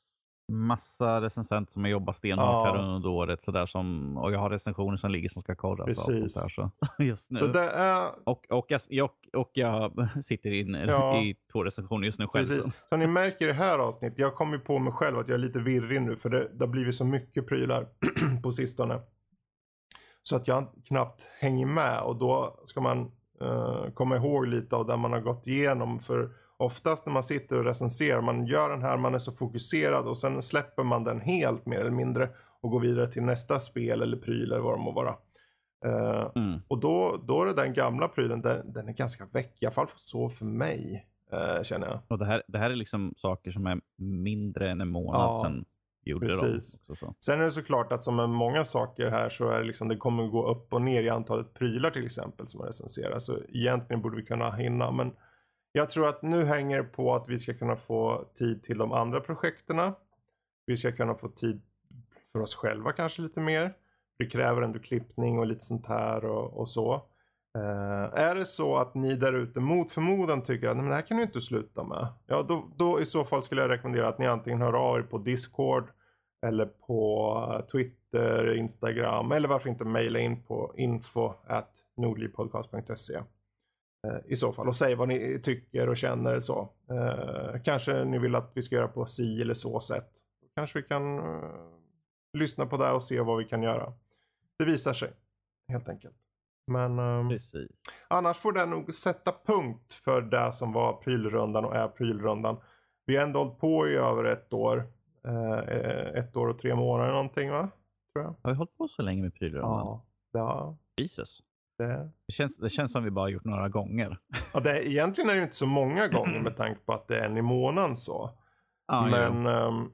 massa recensenter som har jobbat stenhårt ja. här under året. Så där som, och jag har recensioner som ligger som ska kollas. Precis. Av, så där, så, just nu. Så det är... och, och, jag, och, och jag sitter in ja. i två recensioner just nu själv. Precis. Så. så ni märker i det här avsnittet, jag kommer på mig själv att jag är lite virrig nu. För det, det har blivit så mycket prylar på sistone. Så att jag knappt hänger med. Och då ska man uh, komma ihåg lite av det man har gått igenom. För oftast när man sitter och recenserar, man gör den här, man är så fokuserad och sen släpper man den helt mer eller mindre och går vidare till nästa spel eller pryl eller vad det må vara. Uh, mm. Och då, då är det den gamla prylen, den, den är ganska väck, i alla fall så för mig, uh, känner jag. Och det här, det här är liksom saker som är mindre än en månad ja, sedan gjorde precis. De också så. Sen är det såklart att som med många saker här så är det liksom, det kommer gå upp och ner i antalet prylar till exempel som man recenserar. Så egentligen borde vi kunna hinna, men jag tror att nu hänger det på att vi ska kunna få tid till de andra projekterna. Vi ska kunna få tid för oss själva kanske lite mer. Det kräver ändå klippning och lite sånt här och, och så. Uh, är det så att ni där ute mot förmodan tycker att nej, men det här kan du inte sluta med. Ja, då, då i så fall skulle jag rekommendera att ni antingen hör av er på Discord eller på Twitter, Instagram eller varför inte mejla in på info at nordlivpodcast punkt se. I så fall och säg vad ni tycker och känner så. Eh, kanske ni vill att vi ska göra på si eller så sätt. Kanske vi kan eh, lyssna på det och se vad vi kan göra. Det visar sig helt enkelt. Men eh, Precis. annars får det nog sätta punkt för det som var prylrundan och är prylrundan. Vi har ändå hållit på i över ett år. Eh, ett år och tre månader någonting, va? Tror jag. Har vi hållit på så länge med prylrundan? Ja. ja. Jesus. Det... Det, känns, det känns som vi bara gjort några gånger. Ja, det är, egentligen är det inte så många gånger med tanke på att det är en i månaden så. Ah, men um,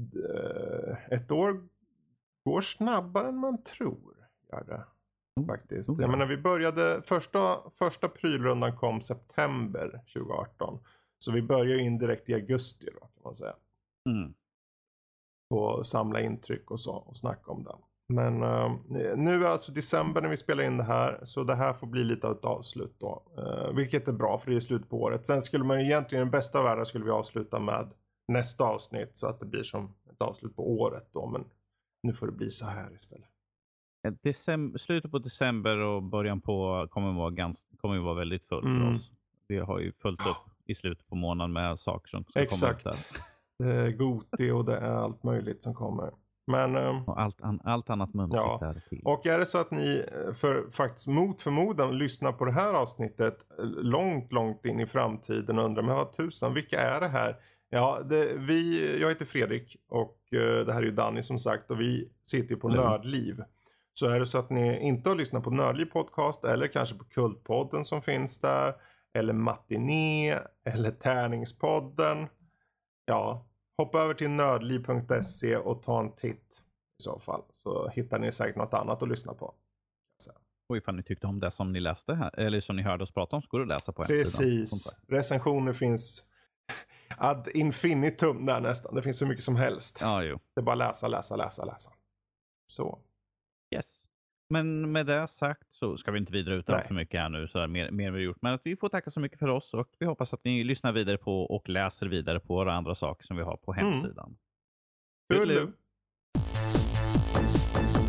ett år går snabbare än man tror. Gör det. Faktiskt. Mm. Jag menar, vi började, första, första prylrundan kom september tjugo arton. Så vi började indirekt i augusti då, kan man säga. Mm. Och samla intryck och så och snacka om det. Men uh, nu är alltså december när vi spelar in det här. Så det här får bli lite av ett avslut då. Uh, vilket är bra för det är slut på året. Sen skulle man egentligen i den bästa världen skulle vi avsluta med nästa avsnitt. Så att det blir som ett avslut på året då. Men nu får det bli så här istället. December, slutet på december och början på kommer vara, ganska, kommer vara väldigt fullt för mm. oss. Vi har ju följt upp i slutet på månaden med saker som ska Exakt. komma ut där. Det är Goti och det är allt möjligt som kommer. Men, och allt, an, allt annat mumsigt ja. där till. Och är det så att ni för faktiskt mot förmodan lyssnar på det här avsnittet långt, långt in i framtiden och undrar, men vad tusan, vilka är det här? Ja, det, vi, jag heter Fredrik och uh, det här är ju Danny som sagt och vi sitter ju på mm. Nördliv. Så är det så att ni inte har lyssnat på Nördliv podcast eller kanske på Kultpodden som finns där eller Matiné eller Tärningspodden. Ja, hoppa över till nördliv punkt se och ta en titt i så fall. Så hittar ni säkert något annat att lyssna på. Så. Och ifall ni tyckte om det som ni läste här, eller som ni hörde oss prata om, så går det att läsa på hemsidan. Precis. Recensioner finns ad infinitum där nästan. Det finns så mycket som helst. Ja, jo. Det är bara läsa, läsa, läsa, läsa. Så. Yes. Men med det sagt så ska vi inte vidare ut allt för mycket här nu. Så här, mer, mer vi gjort. Men att vi får tacka så mycket för oss. Och vi hoppas att ni lyssnar vidare på och läser vidare på våra andra saker som vi har på hemsidan. Mm.